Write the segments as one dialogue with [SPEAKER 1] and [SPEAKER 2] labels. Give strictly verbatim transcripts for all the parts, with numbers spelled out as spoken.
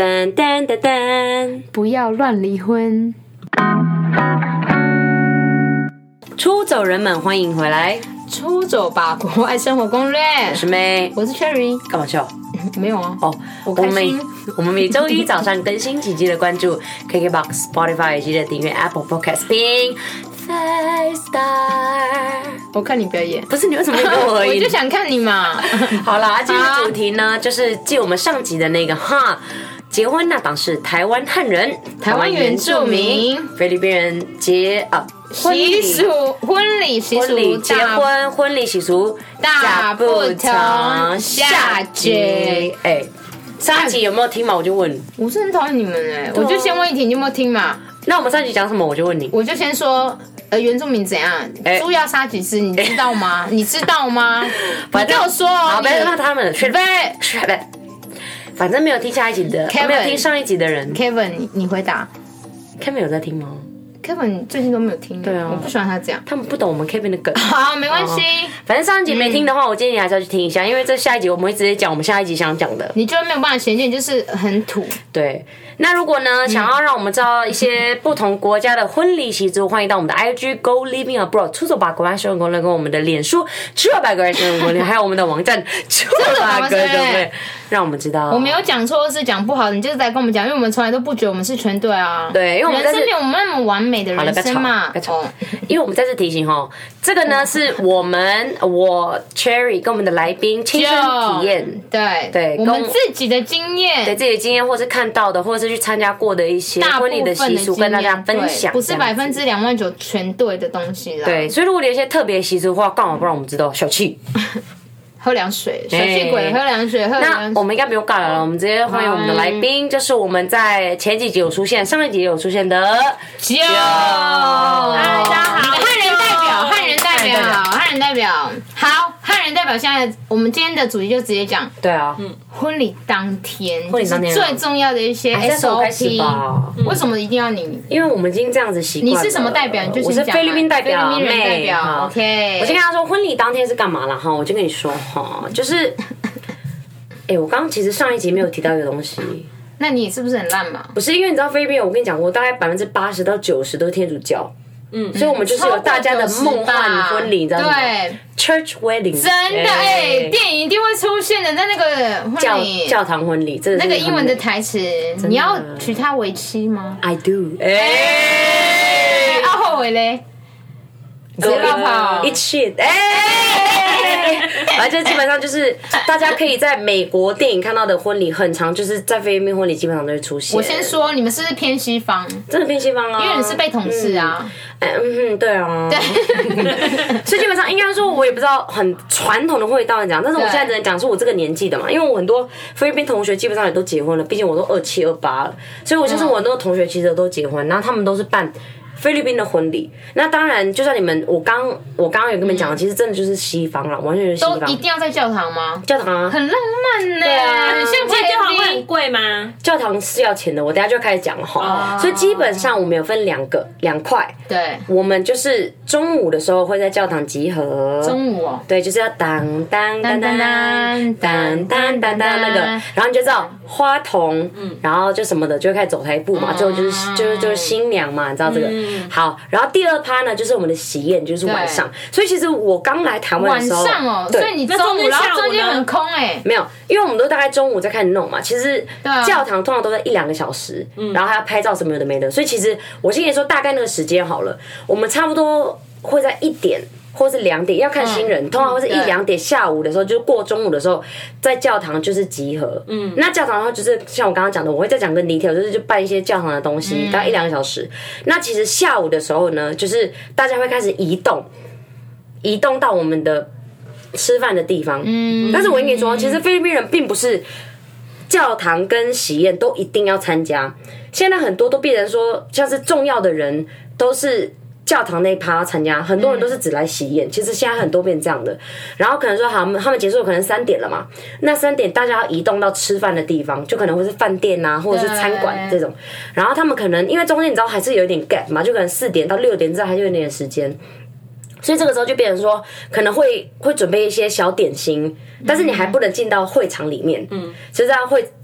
[SPEAKER 1] 噔噔噔噔，
[SPEAKER 2] 不要乱离婚。
[SPEAKER 1] 出走人们，欢迎回来！
[SPEAKER 2] 出走吧，国外生活攻略。
[SPEAKER 1] 我是妹，
[SPEAKER 2] 我是 Cherry。
[SPEAKER 1] 干嘛笑？
[SPEAKER 2] 没有啊。
[SPEAKER 1] 哦，
[SPEAKER 2] 我开心。
[SPEAKER 1] 我们每周一早上更新几集的关注 K K B O X、Spotify， 记得订阅 Apple Podcast 并 Five Star。
[SPEAKER 2] 我看你表演，
[SPEAKER 1] 不是你为什么没跟我合影？
[SPEAKER 2] 我就想看你嘛。
[SPEAKER 1] 好啦，今天的主题呢，就是继我们上集的那个哈。结婚那档是台湾汉人、
[SPEAKER 2] 台湾原住民、
[SPEAKER 1] 菲律宾人结啊
[SPEAKER 2] 习俗、婚礼习俗、
[SPEAKER 1] 婚礼结婚、婚礼习俗
[SPEAKER 2] 大不同。下集，
[SPEAKER 1] 哎，上一集有没有听嘛？我就问，
[SPEAKER 2] 我是很讨厌你们哎，我就先问一题，你有没有听嘛？
[SPEAKER 1] 那我们上集讲什么？我就问你，
[SPEAKER 2] 我就先说。呃，原住民怎样？猪要杀几只？你知道吗？你知道吗？你跟我说哦。
[SPEAKER 1] 好，不要骂他们，去呗，去呗。反正没有听下一集的，没有听上一集的人
[SPEAKER 2] ，Kevin， 你你回答
[SPEAKER 1] ，Kevin 有在听吗
[SPEAKER 2] ？Kevin 最近都没有听，
[SPEAKER 1] 对啊，
[SPEAKER 2] 我不喜欢他这样，
[SPEAKER 1] 他们不懂我们 Kevin 的梗。
[SPEAKER 2] 好，没关系，
[SPEAKER 1] 反正上一集没听的话，我建议你还是要去听一下，因为这下一集我们会直接讲我们下一集想讲的，
[SPEAKER 2] 你就没有办法衔接，就是很土。
[SPEAKER 1] 对，那如果呢想要让我们知道一些不同国家的婚礼习俗，欢迎到我们的 I G Go Living Abroad 出走吧国外生活攻略，跟我们的脸书出走吧国外生活攻略，还有我们的网站出走吧国外攻略，让我们知道。
[SPEAKER 2] 我没有讲错，是讲不好的，你就是在跟我们讲，因为我们从来都不觉得我们是全对啊。
[SPEAKER 1] 对，因为我们
[SPEAKER 2] 人生没有我们那么完美的人生嘛。
[SPEAKER 1] 哦，因为我们再次提醒哈，这个呢是我们我 Cherry 跟我们的来宾亲身体验，
[SPEAKER 2] 对
[SPEAKER 1] 对，
[SPEAKER 2] 我们自己的经验，
[SPEAKER 1] 对自己的经验，或是看到的，或者是去参加过的一些婚礼的习俗，跟大家分享，
[SPEAKER 2] 不是百分之两万九全对的东西啦。
[SPEAKER 1] 对，所以如果有一些特别习俗的话，干嘛不让我们知道？小气。
[SPEAKER 2] 喝凉水，小气鬼，喝凉水，喝凉水。
[SPEAKER 1] 那我们应该不用尬聊了，我们直接欢迎我们的来宾，就是我们在前几集有出现，上一集也有出现的
[SPEAKER 2] Jo。嗨，大家好，汉人代表，汉人代表，汉人代表。好，汉人代表，现在我们今天的主题就直接讲。
[SPEAKER 1] 对啊，
[SPEAKER 2] 嗯，婚礼当天，
[SPEAKER 1] 婚礼当天
[SPEAKER 2] 最重要的一些 S O P。为什么一定要你？
[SPEAKER 1] 因为我们已经这样子习惯了。
[SPEAKER 2] 你是什么代表？你就先讲。
[SPEAKER 1] 我是菲律宾代表，
[SPEAKER 2] 菲律宾人代表。OK。
[SPEAKER 1] 我先跟他说婚礼当天是干嘛了哈，我就跟你说。哈，就是，哎、欸，我刚刚其实上一集没有提到一个东西，
[SPEAKER 2] 那你是不是很烂嘛？
[SPEAKER 1] 不是，因为你知道菲律宾，我跟你讲过，大概百分之八十到九十都是天主教，嗯，所以我们就是有大家的梦幻婚礼，你知道吗？
[SPEAKER 2] 对
[SPEAKER 1] ，Church wedding，
[SPEAKER 2] 真的哎、欸，电影一定会出现的，在那个
[SPEAKER 1] 教教堂婚礼，真的
[SPEAKER 2] 那个英文的台词，你要娶她为妻吗
[SPEAKER 1] ？I do， 哎、
[SPEAKER 2] 欸，啊后悔嘞，直接绕跑
[SPEAKER 1] ，Eat shit， 哎、欸。反正基本上就是大家可以在美国电影看到的婚礼，很常就是在菲律宾婚礼基本上都会出现。
[SPEAKER 2] 我先说，你们是不是偏西方？
[SPEAKER 1] 真的偏西方啊，
[SPEAKER 2] 因为你是被统治啊。
[SPEAKER 1] 嗯嗯，对啊。
[SPEAKER 2] 对。
[SPEAKER 1] 所以基本上应该说，我也不知道很传统的婚礼到底怎样，但是我现在只能讲是我这个年纪的嘛，因为我很多菲律宾同学基本上也都结婚了，毕竟我都二七二八了，所以我就是我很多同学其实都结婚，然后他们都是办菲律宾的婚礼。那当然，就像你们，我刚我刚刚有跟你们讲，其实真的就是西方了，完全就是西方。
[SPEAKER 2] 都一定要在教堂吗？
[SPEAKER 1] 教堂啊，
[SPEAKER 2] 很浪漫呢、
[SPEAKER 1] 对啊，
[SPEAKER 2] 很像
[SPEAKER 3] 教堂会很贵吗？
[SPEAKER 1] 教堂是要钱的，我等一下就要开始讲了哈。所以基本上我们有分两个两块，
[SPEAKER 2] 对，
[SPEAKER 1] 我们就是中午的时候会在教堂集合。
[SPEAKER 2] 中午哦，
[SPEAKER 1] 对，就是要当当当当当当当当当那个，然后你就知道花童，嗯，然后就什么的就会开始走台步嘛，最后就是就是就是新娘嘛，你知道这个。好，然后第二趴呢，就是我们的喜宴，就是晚上。所以其实我刚来台湾的时候，
[SPEAKER 2] 晚上哦，所以你中午然后中间很空哎，
[SPEAKER 1] 没有，因为我们都大概中午再开始弄嘛。其实教堂通常都在一两个小时，然后还要拍照什么有的没的，所以其实我先跟你说大概那个时间好了，我们差不多会在一点。或是两点要看新人，嗯、通常会是一两点下午的时候，就是过中午的时候，在教堂就是集合。嗯，那教堂的话就是像我刚刚讲的，我会再讲个 detail， 就是就办一些教堂的东西，嗯、大概一两个小时。那其实下午的时候呢，就是大家会开始移动，移动到我们的吃饭的地方。嗯，但是我跟你说，其实菲律宾人并不是教堂跟喜宴都一定要参加，现在很多都变成说，像是重要的人都是。教堂那一趴参加，很多人都是只来喜宴。其实现在很多变这样的，然后可能说好，他们结束可能三点了嘛，那三点大家要移动到吃饭的地方，就可能会是饭店啊，或者是餐馆这种。然后他们可能因为中间你知道还是有一点 gap 嘛，就可能四点到六点之后还是有一点时间。所以这个时候就变成说，可能会会准备一些小点心，但是你还不能进到会场里面，嗯，就是要会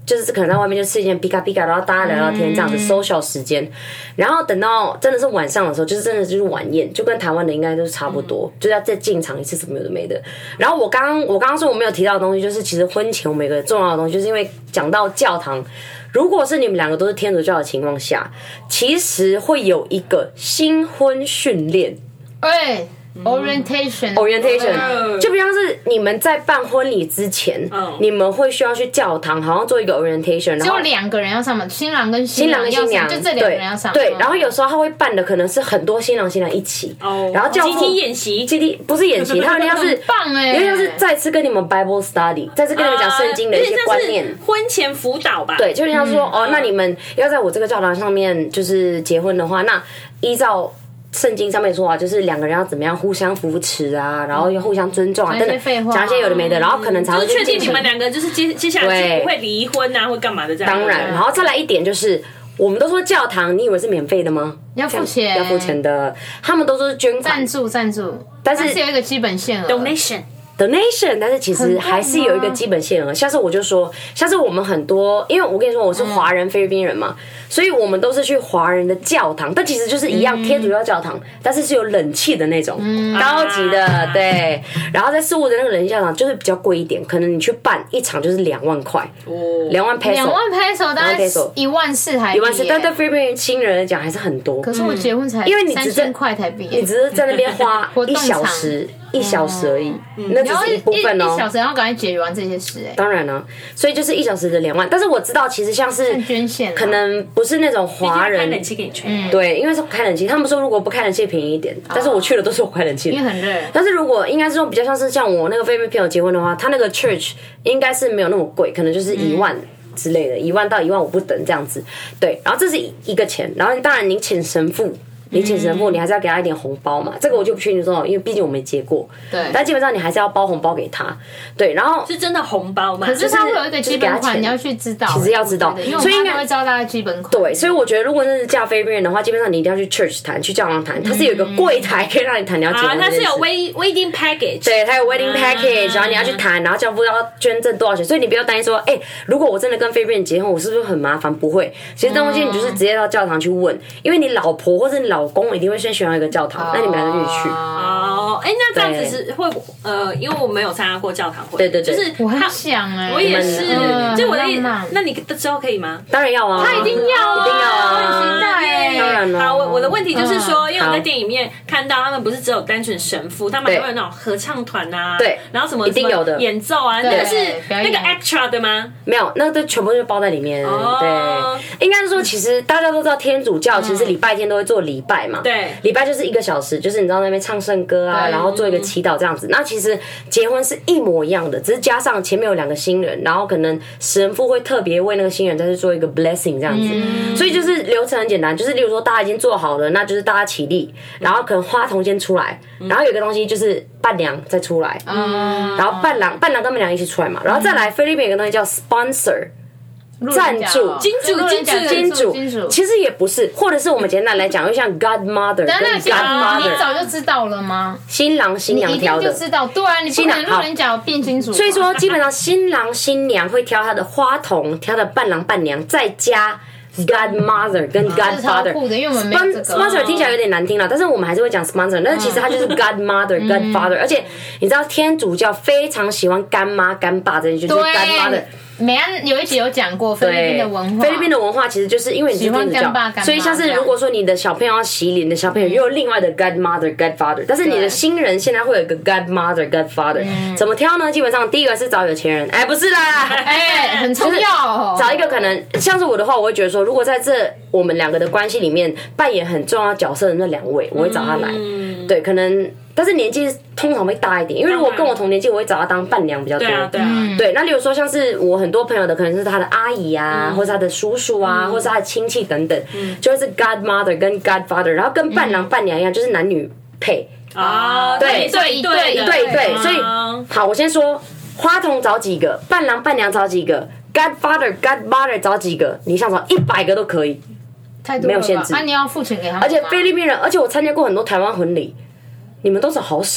[SPEAKER 1] 就是可能在外面就吃一件 pika pika， 然后大家聊聊天这样子 social 时间，然后等到真的是晚上的时候，就是真的就是晚宴，就跟台湾的应该都是差不多，就是要再进场一次，什么有的没的。然后我刚刚我刚刚说我没有提到的东西，就是其实婚前我们有个重要的东西，就是因为讲到教堂。如果是你们两个都是天主教的情况下，其实会有一个新婚训练。
[SPEAKER 2] 对。orientation
[SPEAKER 1] orientation 就比方是你们在办婚礼之前，你们会需要去教堂，好像做一个 orientation， 然后
[SPEAKER 2] 只有两个人要上嘛，新郎跟新
[SPEAKER 1] 郎跟新娘，
[SPEAKER 2] 就这两个人要上。
[SPEAKER 1] 对，然后有时候他会办的可能是很多新郎新娘一起，然后教
[SPEAKER 3] 集体演习，
[SPEAKER 1] 集体不是演习，他有点像是
[SPEAKER 2] 棒哎，
[SPEAKER 1] 有点像是再次跟你们 Bible study， 再次跟你们讲圣经的一些观念，
[SPEAKER 3] 婚前辅导吧。
[SPEAKER 1] 对，就像是说哦，那你们要在我这个教堂上面就是结婚的话，那依照。圣经上面说啊，就是两个人要怎么样互相扶持啊，然后又互相尊重啊，等等，讲一些有的没的，然后可能才会
[SPEAKER 3] 确定你们两个就是接接下来不会离婚啊，或干嘛的这样。
[SPEAKER 1] 当然，然后再来一点就是。我们都说教堂，你以为是免费的吗？
[SPEAKER 2] 要付钱，
[SPEAKER 1] 要付钱的。他们都说是捐款、
[SPEAKER 2] 赞助、赞助，
[SPEAKER 1] 但是
[SPEAKER 2] 有一个基本限额
[SPEAKER 3] ，donation。
[SPEAKER 1] donation， 但是其实还是有一个基本限额。下次我就说，下次我们很多，因为我跟你说我是华人菲律宾人嘛，所以我们都是去华人的教堂，但其实就是一样天主教教堂，但是是有冷气的那种，高级的，对。然后在事务的那个冷气教堂就是比较贵一点，可能你去办一场就是两万块，两万 peso，
[SPEAKER 2] 两万 peso 大概一万四台币，
[SPEAKER 1] 一万四，但对菲律宾新人来讲还是很多。
[SPEAKER 2] 可是我结婚才
[SPEAKER 1] 因为你
[SPEAKER 2] 三千块台币，
[SPEAKER 1] 你只是在那边花一小时。一小时而已，那只是一部分哦。
[SPEAKER 2] 一小时，然后赶快解决完这些事，哎，
[SPEAKER 1] 当然了，所以就是一小时的两万。但是我知道，其实像是
[SPEAKER 2] 捐献，
[SPEAKER 1] 可能不是那种华人
[SPEAKER 3] 开冷气给你吹，
[SPEAKER 1] 对，因为是开冷气。他们说如果不开冷气便宜一点，但是我去的都是我开冷气的，
[SPEAKER 2] 因为很热。
[SPEAKER 1] 但是如果应该是说比较像是像我那个菲律宾朋友结婚的话，他那个 church 应该是没有那么贵，可能就是一万。之类的，一万到一万五不等这样子，对，然后这是一个钱，然后当然你请神父。你请神父，你还是要给他一点红包嘛？这个我就不确定说，因为毕竟我没结过。
[SPEAKER 2] 对。
[SPEAKER 1] 但基本上你还是要包红包给他，对。然后
[SPEAKER 3] 是真的红包吗？
[SPEAKER 2] 可是他会有一个基本款，你要去知道。
[SPEAKER 1] 其实要知道，
[SPEAKER 2] 所以应该会知道大家基本款。
[SPEAKER 1] 对，所以我觉得如果是嫁菲律宾人的话，基本上你一定要去 church 谈，去教堂谈，它是有一个柜台可以让你谈，你要结婚。
[SPEAKER 3] 它是有 wedding package。
[SPEAKER 1] 对，它有 wedding package，然后你要去谈，然后教父要捐赠多少钱，所以你不要担心说，哎，如果我真的跟菲律宾人结婚，我是不是很麻烦？不会，其实这东西你就是直接到教堂去问，因为你老婆或者你老公一定会先。选到一个教堂，那你们两个就去。
[SPEAKER 3] 哦，哎，那这样子是会呃，因为我没有参加过教堂会，
[SPEAKER 1] 对对对，
[SPEAKER 3] 就是
[SPEAKER 2] 我很想哎，
[SPEAKER 3] 我也是，就我的意思，那你之后可以吗？
[SPEAKER 1] 当然要啊，
[SPEAKER 2] 他一定要，
[SPEAKER 1] 一定要啊，
[SPEAKER 2] 我很期待哎。
[SPEAKER 1] 当然了。
[SPEAKER 3] 好，我我的问题就是说，因为我在电影里面看到他们不是只有单纯神父，他们还会有那种合唱团啊，
[SPEAKER 1] 对，
[SPEAKER 3] 然后什么
[SPEAKER 1] 一定有的
[SPEAKER 3] 演奏啊，那个是那个 extra 的吗？
[SPEAKER 1] 没有，那都全部就包在里面。对，应该是说，其实大家都知道天主教其实礼拜天都会做礼拜嘛，
[SPEAKER 3] 对。
[SPEAKER 1] 礼拜就是一个小时，就是你知道那边唱圣歌啊，然后做一个祈祷这样子。那其实结婚是一模一样的，只是加上前面有两个新人，然后可能神父会特别为那个新人再去做一个 blessing 这样子。嗯、所以就是流程很简单，就是例如说大家已经做好了，那就是大家起立，然后可能花童先出来，然后有个东西就是伴娘再出来，嗯、然后伴郎伴郎跟伴娘一起出来嘛，然后再来菲律宾有个东西叫 sponsor。赞助
[SPEAKER 3] 金主金
[SPEAKER 1] 主金主，其实也不是，或者是我们简单来讲，就像 godmother 跟 godfather，
[SPEAKER 2] 你早就知道了吗？
[SPEAKER 1] 新郎新娘挑的，
[SPEAKER 2] 你一定就知道，对啊，你不可能路人甲变清楚。
[SPEAKER 1] 所以说，基本上新郎新娘会挑他的花童，挑的伴郎伴娘，再加 godmother 跟 godfather。sponsor 听起来有点难听了，但是我们还是会讲 sponsor， 但是其实它就是 godmother godfather， 而且你知道天主教非常喜欢干妈干爸这些，就是 godmother。
[SPEAKER 2] 美安有一集有讲过菲律宾的文化，
[SPEAKER 1] 菲律宾的文化其实就是因为你是天主教，所以像是如果说你的小朋友要洗礼，你的小朋友又有另外的 godmother godfather， 但是你的新人现在会有一个 godmother godfather， 怎么挑呢？基本上第一个是找有钱人，哎，不是啦，
[SPEAKER 2] 哎，很重要，
[SPEAKER 1] 找一个可能像是我的话，我会觉得说，如果在这我们两个的关系里面扮演很重要角色的那两位，我会找他来，对，可能。但是年纪通常会大一点，因为如果跟我同年纪，我会找他当伴娘比较多。对
[SPEAKER 3] 啊，对啊。
[SPEAKER 1] 对，那例如说像是我很多朋友的，可能是他的阿姨啊，嗯、或是他的叔叔啊，嗯、或是他的亲戚等等，嗯、就会是 godmother 跟 godfather， 然后跟伴郎伴娘一样，就是男女配
[SPEAKER 3] 啊。
[SPEAKER 1] 对，
[SPEAKER 3] 一对一对
[SPEAKER 1] 一对一对。所以好，我先说花童找几个，伴郎伴娘找几个 ，godfather godmother 找几个，你想找一百个都可以，没有限制。
[SPEAKER 2] 那、啊、你要付钱给他们。
[SPEAKER 1] 而且菲律宾人，而且我参加过很多台湾婚礼。你们都是好少哦，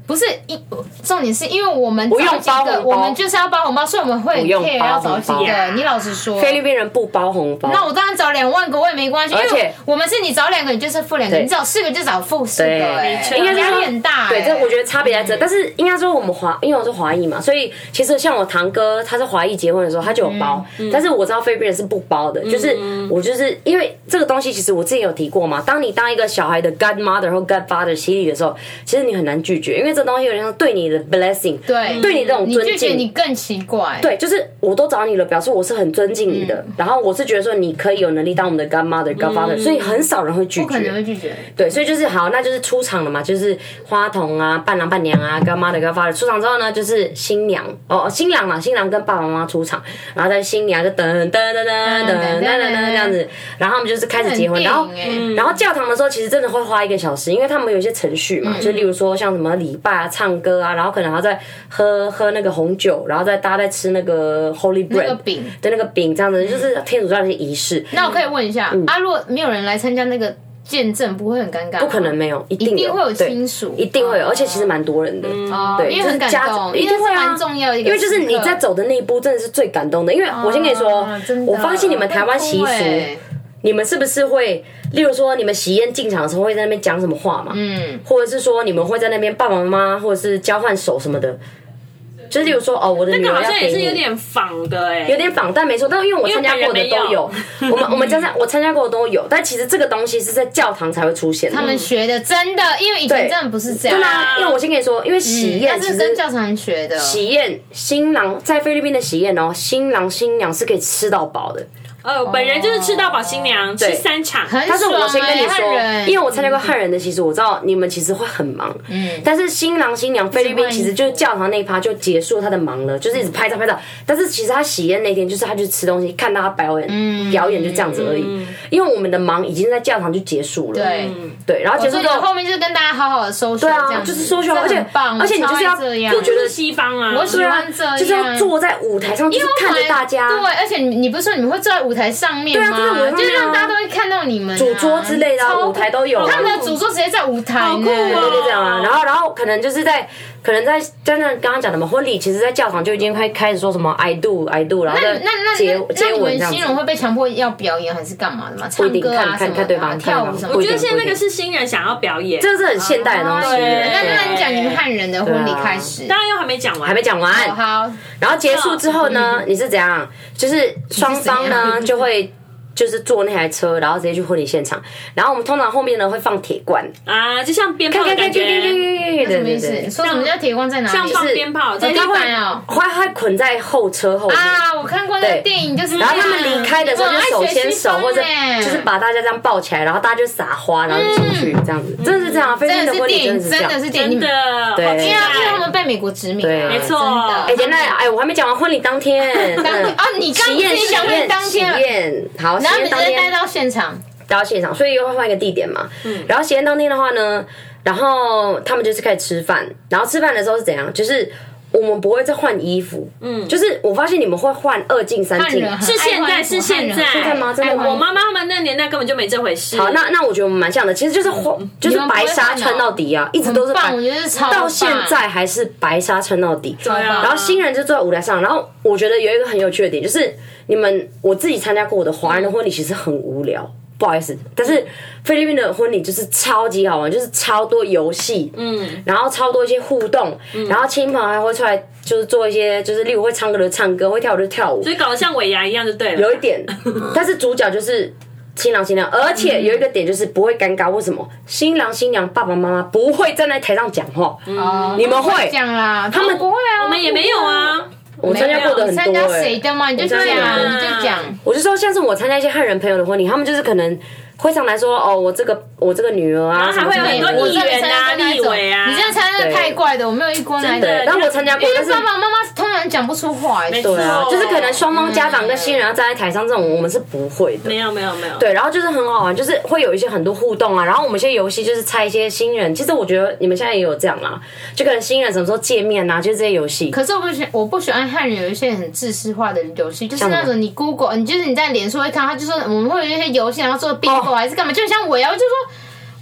[SPEAKER 2] 不是一重点是因为我们
[SPEAKER 1] 不用
[SPEAKER 2] 找几个，
[SPEAKER 1] 包红包
[SPEAKER 2] 我们就是要包红包，所以我们会
[SPEAKER 1] 不用
[SPEAKER 2] care
[SPEAKER 1] 包
[SPEAKER 2] 要找
[SPEAKER 1] 红包
[SPEAKER 2] 几个。你老实说，
[SPEAKER 1] 菲律宾人不包红包。
[SPEAKER 2] 那我当然找两万个我也没关系，因
[SPEAKER 1] 而且
[SPEAKER 2] 为我们是你找两个，你就是付两个，你找四个就找付四个，哎，
[SPEAKER 1] 应该是
[SPEAKER 2] 压力很大。
[SPEAKER 1] 对，这我觉得差别在这。但是应该说我们华，因为我是华裔嘛，所以其实像我堂哥他是华裔结婚的时候他就有包，但是我知道菲律宾人是不包的，就是我就是因为这个东西，其实我之前有提过嘛，当你当一个小孩的 godmother 或 godfather 洗礼的时候，其实你很难拒绝，因为这东西有点像对你的 blessing，
[SPEAKER 2] 对，
[SPEAKER 1] 对你这种尊
[SPEAKER 2] 你拒绝
[SPEAKER 1] 敬，
[SPEAKER 2] 你更奇怪。
[SPEAKER 1] 对，就是我都找你了，表示我是很尊敬你的，
[SPEAKER 2] 嗯
[SPEAKER 1] 然后我是觉得说你可以有能力当我们的 godmother godfather，所以很少人会拒
[SPEAKER 2] 不可能
[SPEAKER 1] 绝。
[SPEAKER 2] 会拒绝。
[SPEAKER 1] 对，所以就是好，那就是出场了嘛，就是花童啊、伴郎伴娘啊、godmother godfather 出场之后呢，就是新娘哦，新郎嘛，新郎跟爸爸妈妈出场，然后在新娘就噔噔噔噔噔噔噔噔这样子，然后他们就是开始结婚，然后然后教堂的时候其实真的会花一个小时，因为他们有一些程序嘛，就例如说像什么礼拜啊、唱歌啊，然后可能还要再喝喝那个红酒，然后再大家再吃那个 Holy Bread
[SPEAKER 2] 那个饼
[SPEAKER 1] 的那个饼，这样子就是天主教的一些仪式。
[SPEAKER 2] 那我可以问一下，啊，如果没有人来参加那个见证，不会很尴尬吗？
[SPEAKER 1] 不可能没有，一定
[SPEAKER 2] 一定会有
[SPEAKER 1] 对
[SPEAKER 2] 亲属，
[SPEAKER 1] 一定会有，而且其实蛮多人的。
[SPEAKER 2] 哦，
[SPEAKER 1] 对，
[SPEAKER 2] 因为很感
[SPEAKER 1] 家
[SPEAKER 2] 动，
[SPEAKER 1] 一定会啊，
[SPEAKER 2] 蛮重要的一个时刻，
[SPEAKER 1] 因为就是你在走的那一步真的是最感动的。因为我先跟你说
[SPEAKER 2] 哦，真的
[SPEAKER 1] 我发现你们台湾习俗
[SPEAKER 2] 会哭欸，
[SPEAKER 1] 你们是不是会，例如说你们喜宴进场的时候会在那边讲什么话嘛？嗯，或者是说你们会在那边爸爸妈妈或者是交换手什么的。就是例如说，哦，我的女
[SPEAKER 3] 那个好
[SPEAKER 1] 儿要给你，
[SPEAKER 3] 像也是有点仿的哎、
[SPEAKER 1] 有点仿，但没错。但是因为我参加过的都有，我们我们加上我参加过的都有，但其实这个东西是在教堂才会出现的。
[SPEAKER 2] 他们学的真的，因为以前真的不是这样。
[SPEAKER 1] 对啊，因为我先跟你说，因为喜宴
[SPEAKER 2] 但是
[SPEAKER 1] 其实
[SPEAKER 2] 跟教堂学的。
[SPEAKER 1] 喜宴，新郎在菲律宾的喜宴哦，新郎新娘是可以吃到饱的。
[SPEAKER 3] 呃，本人就是吃到饱新娘，吃
[SPEAKER 1] 对
[SPEAKER 3] 三场。
[SPEAKER 2] 很
[SPEAKER 1] 但是我先跟你说
[SPEAKER 2] 爽欸汉，人
[SPEAKER 1] 因为我参加过汉人的习俗，我知道你们其实会很忙。嗯。但是新郎新娘菲律宾其实就是教堂那一趴就结束他的忙了，就是一直拍照拍照。但是其实他喜宴那天就是他去吃东西，看到他表演，表演就这样子而已。因为我们的忙已经在教堂就结束了。
[SPEAKER 2] 对
[SPEAKER 1] 对，然后结束之后，
[SPEAKER 2] 所以后面就是跟大家好好的收拾。
[SPEAKER 1] 对啊，就是说秀，而且而且你就是要，
[SPEAKER 2] 这样，
[SPEAKER 1] 我觉得
[SPEAKER 3] 西方啊，
[SPEAKER 2] 我喜欢这样，
[SPEAKER 1] 就是要坐在舞台上，就是看着大家。
[SPEAKER 2] 对，而且你你不是说你们会坐在舞台上面吗？
[SPEAKER 1] 对啊，就是
[SPEAKER 2] 就是让大家都会看到你们
[SPEAKER 1] 主桌之类的舞台都有。
[SPEAKER 2] 他们的主桌直接在舞台，好酷
[SPEAKER 1] 哦！对，就这样啊。然后然后可能就是在可能在真的刚刚讲的嘛，婚礼其实，在教堂就已经开开始说什么 I do I do， 然后
[SPEAKER 2] 那那那
[SPEAKER 1] 接
[SPEAKER 2] 那
[SPEAKER 1] 接
[SPEAKER 2] 你们
[SPEAKER 1] 吻这样子。
[SPEAKER 2] 新人会被强迫要表演还是干嘛的吗？唱歌啊什么的，跳舞什么的。
[SPEAKER 3] 我觉得现在那个是新人想要表演，
[SPEAKER 1] 这是很现代的东西。
[SPEAKER 2] 那那你讲你们汉人的婚礼开始，
[SPEAKER 3] 当然又还没讲完，
[SPEAKER 1] 还没讲完。
[SPEAKER 2] 好，
[SPEAKER 1] 然后结束之后呢，你是怎样？就是双方呢就会。就是坐那台车，然后直接去婚礼现场。然后我们通常后面呢会放铁罐
[SPEAKER 3] 啊，就像鞭炮的感觉。
[SPEAKER 2] 什么意思？说什么叫铁罐在哪里？
[SPEAKER 3] 像放鞭炮，
[SPEAKER 2] 在地板哦，
[SPEAKER 1] 会会捆在后车后面
[SPEAKER 2] 啊。我看过那个电影，就是。
[SPEAKER 1] 然后他们离开的时候就手牵手，或者就是把大家这样抱起来，然后大家就撒花，然后就进去这样子。真的是这样，菲律宾的婚礼真的是这样，
[SPEAKER 2] 真的是电影，
[SPEAKER 3] 真的。
[SPEAKER 1] 对，
[SPEAKER 2] 因为因为他们被美国殖民，
[SPEAKER 1] 对，
[SPEAKER 3] 没错。
[SPEAKER 1] 哎，现在哎，我还没讲完婚礼当天。
[SPEAKER 2] 当天啊，你刚
[SPEAKER 1] 喜宴
[SPEAKER 2] 喜宴当天，
[SPEAKER 1] 喜宴好，喜宴当天。
[SPEAKER 2] 到现场，
[SPEAKER 1] 到现场，所以又会换一个地点嘛。嗯，然后喜宴当天的话呢，然后他们就是开始吃饭，然后吃饭的时候是怎样？就是我们不会再换衣服，嗯，就是我发现你们会换二进三进，
[SPEAKER 3] 是现在是现在，
[SPEAKER 1] 现在吗？真的吗？
[SPEAKER 3] 我妈妈他们那年代根本就没这回事。
[SPEAKER 1] 好，那那我觉得我们蛮像的，其实就是就是白纱穿到底啊，一直都是白，到现在还是白纱穿到底。
[SPEAKER 3] 对啊。
[SPEAKER 1] 然后新人就坐在舞台上，然后我觉得有一个很有趣的点就是。你们我自己参加过我的华人的婚礼，其实很无聊，不好意思。但是菲律宾的婚礼就是超级好玩，就是超多游戏，嗯，然后超多一些互动，嗯、然后亲朋还会出来，就是做一些，就是例如会唱歌的唱歌，会跳舞就跳舞，
[SPEAKER 3] 所以搞得像尾牙一样就对了。
[SPEAKER 1] 有一点，但是主角就是新郎新娘，而且有一个点就是不会尴尬，为什么？新郎新娘爸爸妈妈不会站在台上讲话，嗯，你们会
[SPEAKER 2] 讲啦，
[SPEAKER 1] 他们
[SPEAKER 2] 不会啊，
[SPEAKER 3] 我们也没有啊。
[SPEAKER 1] 我参加过的很多、欸，
[SPEAKER 2] 参加谁的嘛？你就讲，你就讲。
[SPEAKER 1] 我就说，像是我参加一些汉人朋友的婚礼，他们就是可能会上来说，哦，我这个我这个女儿啊，
[SPEAKER 3] 还会有很多议员啊、立委啊。
[SPEAKER 2] 你这样参加的太怪的，我没有遇过那
[SPEAKER 1] 个。但我参加过，但是
[SPEAKER 2] 爸爸妈妈通常讲不出话。
[SPEAKER 1] 对啊，就是可能双方家长跟新人要站在台上，这种我们是不会的。
[SPEAKER 3] 没有没有没有。
[SPEAKER 1] 对，然后就是很好玩，就是会有一些很多互动啊。然后我们一些游戏就是猜一些新人，其实我觉得你们现在也有这样啦，就可能新人什么时候见面啊，就是这些游戏。
[SPEAKER 2] 可是我不喜我不喜欢汉人有一些很制式化的游戏，就是那种你 Google， 你就是你在脸书会看，他就说我们会有一些游戏，然后做 bingo 还是干嘛，就像我要就说。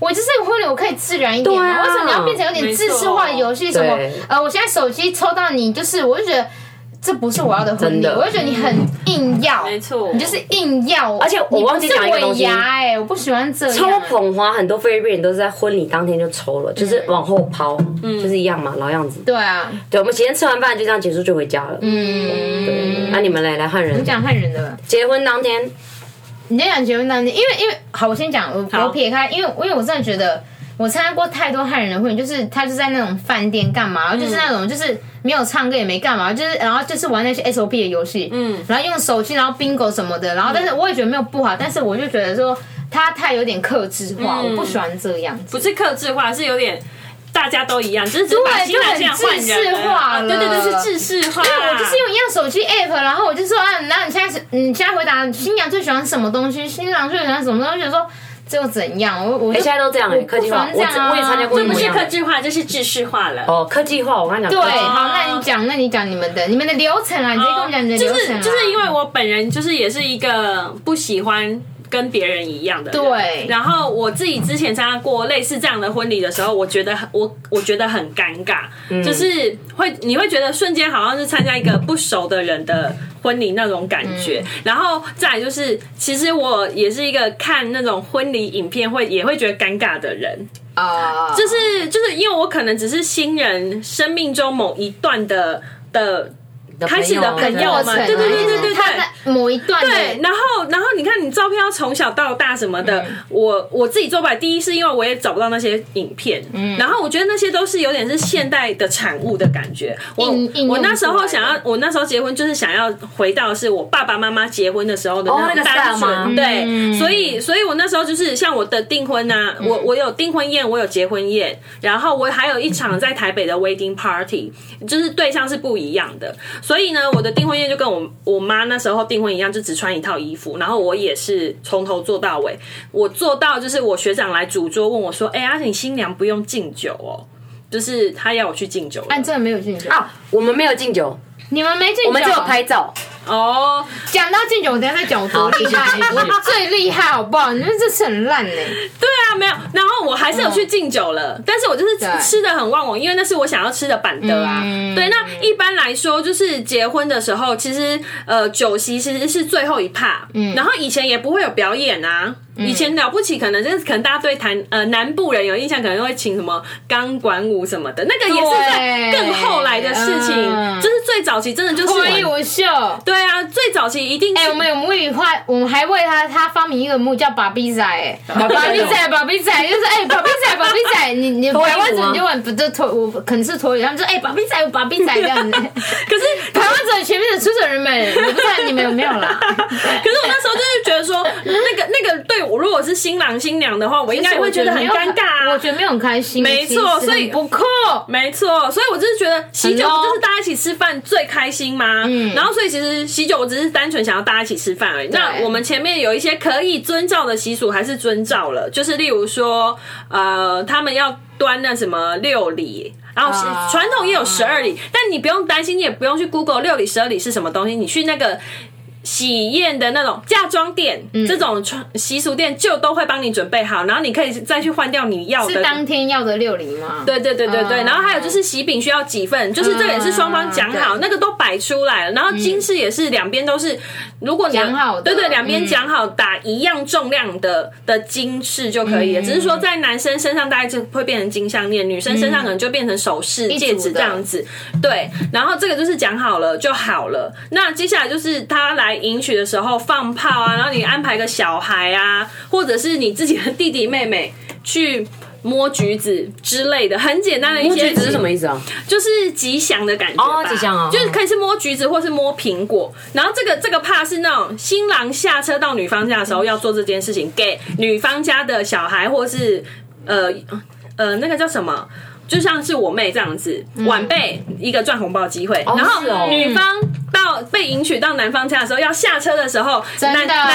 [SPEAKER 2] 我就是婚礼，我可以自然一点嘛。
[SPEAKER 1] 啊、
[SPEAKER 2] 为什么你要变成有点制式化的游戏？什么？呃，我现在手机抽到你，就是我就觉得。这不是我要的婚礼，我就觉得你很硬要，
[SPEAKER 3] 没错，
[SPEAKER 2] 你就是硬要，
[SPEAKER 1] 而且我忘记讲一个东西，
[SPEAKER 2] 哎，我不喜欢这样。
[SPEAKER 1] 抽捧花很多菲律宾人都是在婚礼当天就抽了，就是往后抛，嗯，就是一样嘛，老样子。
[SPEAKER 2] 对啊，
[SPEAKER 1] 对，我们今天吃完饭就这样结束就回家了。嗯，对。那你们来来汉人，
[SPEAKER 2] 你讲汉人的
[SPEAKER 1] 结婚当天，
[SPEAKER 2] 你先讲结婚当天，因为因为好，我先讲，我我撇开，因为因为我真的觉得。我参加过太多汉人的婚礼，就是他就在那种饭店干嘛，然后就是那种就是没有唱歌也没干嘛，就是然后就是玩那些 S O P 的游戏，嗯，然后用手机，然后 bingo 什么的，然后但是我也觉得没有不好，但是我就觉得说他太有点客制化，嗯、我不喜欢这样子。
[SPEAKER 3] 不是客制化，是有点。大家都一样，就是只把新郎新娘换人
[SPEAKER 2] 化了，
[SPEAKER 3] 对对对，是制式化。
[SPEAKER 2] 因为我就是用一样手机 app， 然后我就说啊，然后你现在你现在回答新娘最喜欢什么东西，新郎最喜欢什么东西，就说。这又怎样？我我
[SPEAKER 1] 现在都这样哎，科技化，我我也参加过。
[SPEAKER 3] 这不是客制化，这是制式化了。
[SPEAKER 1] 哦，科技化，我跟你讲。
[SPEAKER 2] 对，好，那你讲，那你讲你们的，你们的流程啊，你直接跟我讲你的流程啊。
[SPEAKER 3] 就是就是因为我本人就是也是一个不喜欢。跟别人一样的人，
[SPEAKER 2] 对。
[SPEAKER 3] 然后我自己之前参加过类似这样的婚礼的时候，我觉得很我我觉得很尴尬，嗯、就是会你会觉得瞬间好像是参加一个不熟的人的婚礼那种感觉。嗯、然后再来就是，其实我也是一个看那种婚礼影片会也会觉得尴尬的人啊， uh. 就是就是因为我可能只是新人生命中某一段的的。开始的朋友嘛，对对对对对
[SPEAKER 2] 对，某一段
[SPEAKER 3] 对，然后然后你看你照片要从小到大什么的，嗯、我我自己做不来。第一是因为我也找不到那些影片，嗯、然后我觉得那些都是有点是现代的产物的感觉。我我那时候想要，我那时候结婚就是想要回到是我爸爸妈妈结婚的时候的那种单纯，哦、对，嗯、所以所以我那时候就是像我的订婚啊，嗯、我我有订婚宴，我有结婚宴，然后我还有一场在台北的 wedding party， 就是对象是不一样的。所以呢，我的订婚宴就跟我我妈那时候订婚一样，就只穿一套衣服，然后我也是从头做到尾。我做到就是我学长来主桌问我说：“哎、欸，阿、啊、你新娘不用敬酒哦，就是他要我去敬酒。”
[SPEAKER 2] 但真的没有敬酒
[SPEAKER 1] 啊，我们没有敬酒，
[SPEAKER 2] 你们没敬酒，
[SPEAKER 1] 我们只有拍照。
[SPEAKER 2] 哦，讲到敬酒，我等一下再讲我多厉害，我最厉害好不好？你们这次很烂呢、欸。
[SPEAKER 3] 对啊，没有，然后我还是有去敬酒了，嗯、但是我就是吃的很忘我，因为那是我想要吃的板德啊。嗯、对，那一般来说，就是结婚的时候，其实呃酒席其实是最后一趴，嗯，然后以前也不会有表演啊。以前了不起，可能就是可能大家对台呃南部人有印象，可能会请什么钢管舞什么的，那个也是在更后来的事情，嗯、就是最早期真的就是
[SPEAKER 2] 脱衣舞秀。
[SPEAKER 3] 对啊，最早期一定是。
[SPEAKER 2] 哎、欸，我们有母语化，我们还为他他发明一个幕叫把比仔，哎，把比仔，把比仔，就是哎，把比仔，把比仔，你你台湾者你就问不就脱，我可能是脱衣，他们说哎，把比仔，把比仔这样子。
[SPEAKER 3] 可是
[SPEAKER 2] 台湾者前面的出走人们，我不知道你们有没有啦。
[SPEAKER 3] 可是我那时候就是觉得说，那个那个对我如果是新郎新娘的话，我应该会觉得很尴尬啊，
[SPEAKER 2] 我觉得没有很开心。
[SPEAKER 3] 没错，所以
[SPEAKER 2] 不酷，
[SPEAKER 3] 没错，所以我就是觉得喜酒不就是大家一起吃饭最开心吗？嗯，然后所以其实喜酒我只是单纯想要大家一起吃饭而已。那我们前面有一些可以遵照的习俗还是遵照了，就是例如说，呃，他们要端那什么六礼。然后传统也有十二礼，但你不用担心，你也不用去 Google 六礼、十二礼是什么东西，你去那个喜宴的那种嫁妆店，嗯、这种习俗店就都会帮你准备好，然后你可以再去换掉你要的。
[SPEAKER 2] 是当天要的六礼吗？
[SPEAKER 3] 对对对对对，嗯、然后还有就是喜饼需要几份，就是这个也是双方讲好，嗯、那个都摆出来了。然后金饰也是两边都是，如果你
[SPEAKER 2] 讲好的，
[SPEAKER 3] 对对，两边讲好打一样重量的的金饰就可以了。嗯、只是说在男生身上大概就会变成金项链，女生身上可能就变成首饰、嗯、戒指这样子。对，然后这个就是讲好了就好了。那接下来就是他来迎娶的时候放炮啊，然后你安排个小孩啊，或者是你自己的弟弟妹妹去摸橘子之类的，很简单的一些。
[SPEAKER 1] 摸橘子是什么意思啊？
[SPEAKER 3] 就是吉祥的感觉吧。
[SPEAKER 1] 哦，吉祥哦，
[SPEAKER 3] 就是可以是摸橘子或是摸苹果。然后这个这个怕是那种新郎下车到女方家的时候要做这件事情，给女方家的小孩或是呃呃那个叫什么？就像是我妹这样子，晚辈一个赚红包的机会，
[SPEAKER 1] 嗯、
[SPEAKER 3] 然后女方到被迎娶到男方家的时候，要下车的时候，男男方家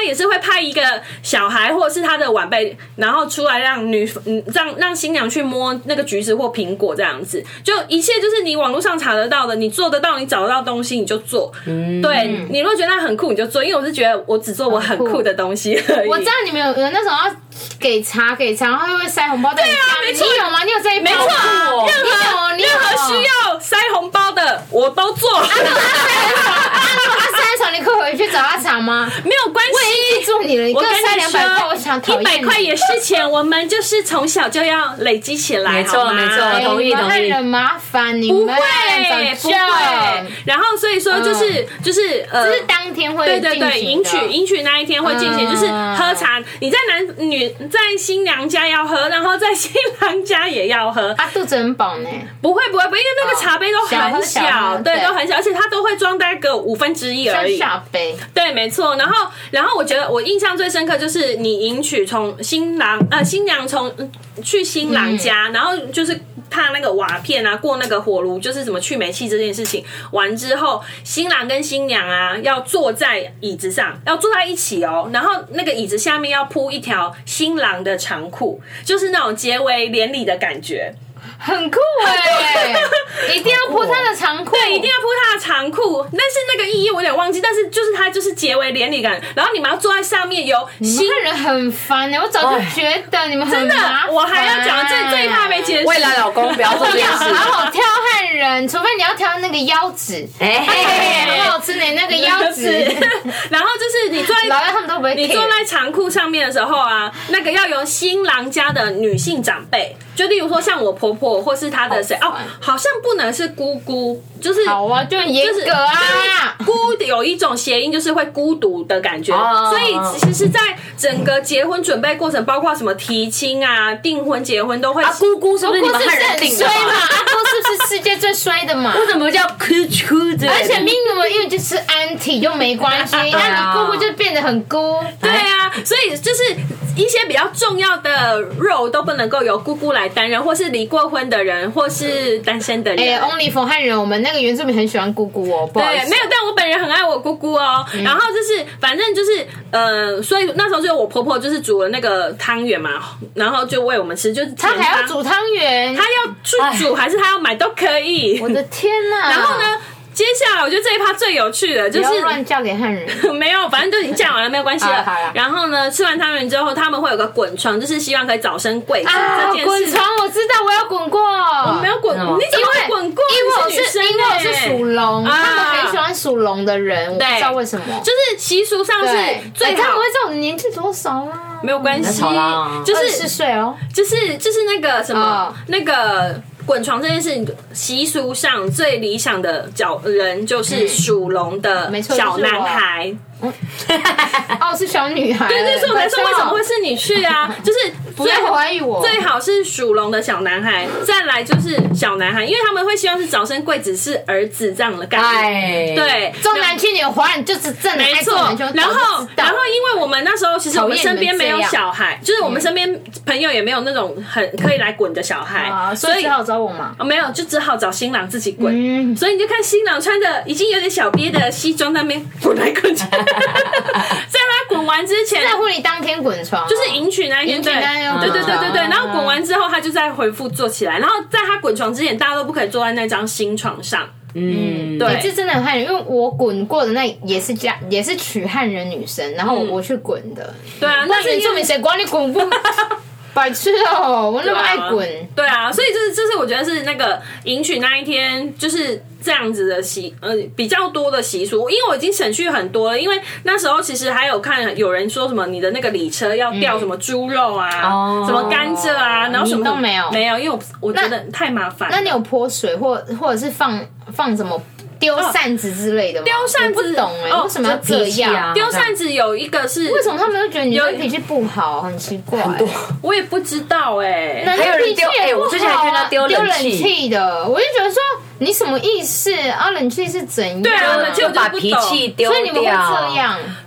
[SPEAKER 3] 也是会派一个小孩或者是他的晚辈，然后出来让女嗯让让新娘去摸那个橘子或苹果这样子，就一切就是你网络上查得到的，你做得到，你找得到东西你就做。嗯，对，你如果觉得它很酷你就做，因为我是觉得我只做我很酷的东西而已。
[SPEAKER 2] 我知道你们有有那种要给茶给茶，然后会塞红包。
[SPEAKER 3] 对啊，没错，
[SPEAKER 2] 你有吗？你有这一包？
[SPEAKER 3] 没错，任何任何需要塞红包的我都做。啊，
[SPEAKER 2] 他塞手，你可以回去找他查吗？
[SPEAKER 3] 没有关系，
[SPEAKER 2] 我已经记住你了。你
[SPEAKER 3] 我跟你
[SPEAKER 2] 塞两百块，我想讨厌
[SPEAKER 3] 一百块也是钱，我们就是从小就要累积起来，
[SPEAKER 1] 没错没错，同意同意。
[SPEAKER 2] 很麻烦，你
[SPEAKER 3] 不会不会。然后所以说就是就是呃，
[SPEAKER 2] 就是当天会
[SPEAKER 3] 对对对，迎娶迎娶那一天会进行，就是喝茶。你在男女在新娘家要喝，然后在新郎家也要喝。
[SPEAKER 2] 他肚子很饱呢？
[SPEAKER 3] 不会不会不会，因为那个茶杯都很小，对，都很小，而且它都会装大概个五分之一而已。
[SPEAKER 2] 小杯，
[SPEAKER 3] 对，没错。然后然后我觉得我印象最深刻就是你迎娶从新郎呃新娘从去新郎家，然后就是踏那个瓦片啊，过那个火炉，就是怎么去煤气这件事情完之后，新郎跟新娘啊要坐在椅子上，要坐在一起哦，然后那个椅子下面要铺一条新郎的长裤，就是那种结为连理的感觉。
[SPEAKER 2] 很酷哎、欸！一定要铺他的长裤，
[SPEAKER 3] 对，一定要铺他的长裤。但是那个意义我有点忘记，但是就是它就是结为连理感，然后你们要坐在上面有新
[SPEAKER 2] 人很烦哎、欸！我早就觉得你们很
[SPEAKER 3] 真的，我还要讲这这一趴没结束。
[SPEAKER 1] 未来老公不要做这件事，
[SPEAKER 2] 好好挑汉人，除非你要挑那个腰子，哎、欸，很好吃呢那个腰子。
[SPEAKER 3] 然后就是你坐在
[SPEAKER 2] 老外他们都不会，
[SPEAKER 3] 你坐在长裤上面的时候啊，那个要由新郎家的女性长辈。就例如说像我婆婆或是她的谁哦，好像不能是姑姑，就是
[SPEAKER 2] 好啊，就很严格啊。
[SPEAKER 3] 孤有一种谐音就是会孤独的感觉，哦、所以其实，在整个结婚准备过程，包括什么提亲啊、订婚、结婚都会。
[SPEAKER 1] 啊，姑姑是不是你们汉人定的？
[SPEAKER 2] 衰嘛，阿姑是不是世界最衰的嘛？
[SPEAKER 1] 为什么叫哭哭的？
[SPEAKER 2] 而且命我因为就是 auntie 又没关系，那你姑姑就变得很孤。
[SPEAKER 3] 对啊，所以就是一些比较重要的肉都不能够由姑姑来担任，或是离过婚的人，或是单身的人。
[SPEAKER 2] 哎、欸、，Only for 汉人，我们那个原住民很喜欢姑姑哦。不好意思，
[SPEAKER 3] 对，没有，但我本人很爱我姑姑哦。嗯、然后就是，反正就是呃，所以那时候就我婆婆就是煮了那个汤圆嘛，然后就喂我们吃，就
[SPEAKER 2] 她还要煮汤圆，
[SPEAKER 3] 她要去煮还是她要买都可以。
[SPEAKER 2] 我的天哪！
[SPEAKER 3] 然后呢？接下来我觉得这一趴最有趣的就是
[SPEAKER 2] 不要乱嫁给汉人，
[SPEAKER 3] 没有，反正就已经嫁完了，没有关系了。
[SPEAKER 2] 好啦
[SPEAKER 3] 然后呢，吃完汤圆之后，他们会有个滚床，就是希望可以早生贵子、
[SPEAKER 2] 啊、
[SPEAKER 3] 这件事。
[SPEAKER 2] 滚床我知道，我有滚过，
[SPEAKER 3] 我没有滚，
[SPEAKER 2] 嗯、
[SPEAKER 3] 你怎么会滚过？
[SPEAKER 2] 因为我是，
[SPEAKER 3] 是
[SPEAKER 2] 因为我是属龙、啊，他们很喜欢属龙的人，我不知道为什么，
[SPEAKER 3] 就是习俗上是最好。
[SPEAKER 2] 他们会知道我的年纪多少啊？
[SPEAKER 3] 没有关系，
[SPEAKER 1] 嗯、
[SPEAKER 3] 就是
[SPEAKER 2] 四岁哦，
[SPEAKER 3] 就是就是那个什么、哦、那个。滚床这件事情，习俗上最理想的角人就是属龙的小男孩。
[SPEAKER 2] 嗯、哦，是小女孩。
[SPEAKER 3] 对对，所以我才说为什么会是你去啊？就是
[SPEAKER 2] 不要怀疑我，
[SPEAKER 3] 最好是属龙的小男孩，再来就是小男孩，因为他们会希望是早生贵子，是儿子这样的概念。对，
[SPEAKER 2] 重男轻女，华人就是正的，
[SPEAKER 3] 没错。然后，然后因为我们那时候其实我们身边没有小孩，就是我们身边朋友也没有那种很可以来滚的小孩，
[SPEAKER 2] 啊、所以只好找我嘛。
[SPEAKER 3] 哦，没有，就只好找新郎自己滚。嗯、所以你就看新郎穿着已经有点小憋的西装，那边滚来滚去。在他滚完之前，
[SPEAKER 2] 在婚礼当天滚床，
[SPEAKER 3] 就是迎娶那一天，对对对对对对。然后滚完之后，他就再回复坐起来。然后在他滚床之前，大家都不可以坐在那张新床上。
[SPEAKER 2] 嗯，对，这真的很汉人，因为我滚过的那也是家，也是娶汉人女生，然后我去滚的。嗯、
[SPEAKER 3] 对啊，
[SPEAKER 2] 那原住民谁管你滚不？白痴哦，我那么爱滚。
[SPEAKER 3] 对啊，所以就是就是我觉得是那个迎娶那一天就是这样子的习呃比较多的习俗，因为我已经省去很多了，因为那时候其实还有看有人说什么你的那个礼车要吊什么猪肉啊，嗯、什么甘蔗啊，然后什么
[SPEAKER 2] 都没有
[SPEAKER 3] 没有，因为我我觉得太麻烦。
[SPEAKER 2] 那你有泼水或或者是放放什么？丢扇子之类的吗？
[SPEAKER 3] 丢扇子
[SPEAKER 2] 不懂哎、欸，为什么要这样？
[SPEAKER 3] 丢扇子有一个是
[SPEAKER 2] 为什么他们都觉得女生脾气不好，很奇怪、欸。
[SPEAKER 1] 很多
[SPEAKER 3] 我也不知道哎、
[SPEAKER 2] 欸，还有人丢哎、欸，
[SPEAKER 1] 我之前还看到丢
[SPEAKER 2] 冷气的，我就觉得说你什么意思啊？冷气是怎样？
[SPEAKER 3] 对啊，冷气
[SPEAKER 1] 就把脾气丢掉，
[SPEAKER 2] 所以你们会这样。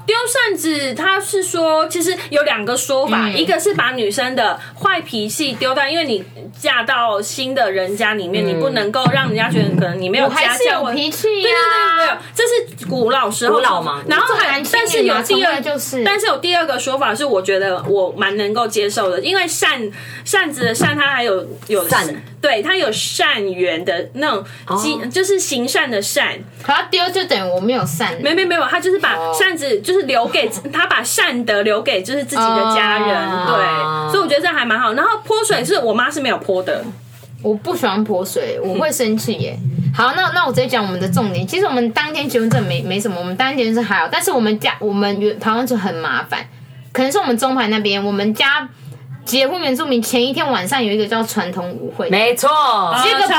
[SPEAKER 3] 丢扇子，他是说其实有两个说法，嗯、一个是把女生的坏脾气丢掉，因为你嫁到新的人家里面，嗯、你不能够让人家觉得可能你没有家教，我
[SPEAKER 2] 还是有脾气呀、啊。
[SPEAKER 3] 对对对对，这是古老时候
[SPEAKER 1] 古老嘛。
[SPEAKER 3] 然后还但是有第二
[SPEAKER 2] 就是，
[SPEAKER 3] 但是有第二个说法是，我觉得我蛮能够接受的，因为扇扇子的扇，它还有有
[SPEAKER 1] 善，
[SPEAKER 3] 对，它有善缘的那种，哦、就是行善的善。
[SPEAKER 2] 可他丢就等于我没有善，
[SPEAKER 3] 没没没有，他就是把扇子就是留给他，把善德留给就是自己的家人，哦、对，所以我觉得这还蛮好。然后泼水是我妈是没有泼的。
[SPEAKER 2] 我不喜欢泼水，我会生气耶。好，那那我直接讲我们的重点。其实我们当天结婚证没没什么，我们当天结婚证还好，但是我们家我们原台湾就很麻烦，可能是我们中牌那边，我们家结婚原住民前一天晚上有一个叫传统舞会，
[SPEAKER 1] 没错，
[SPEAKER 2] 这个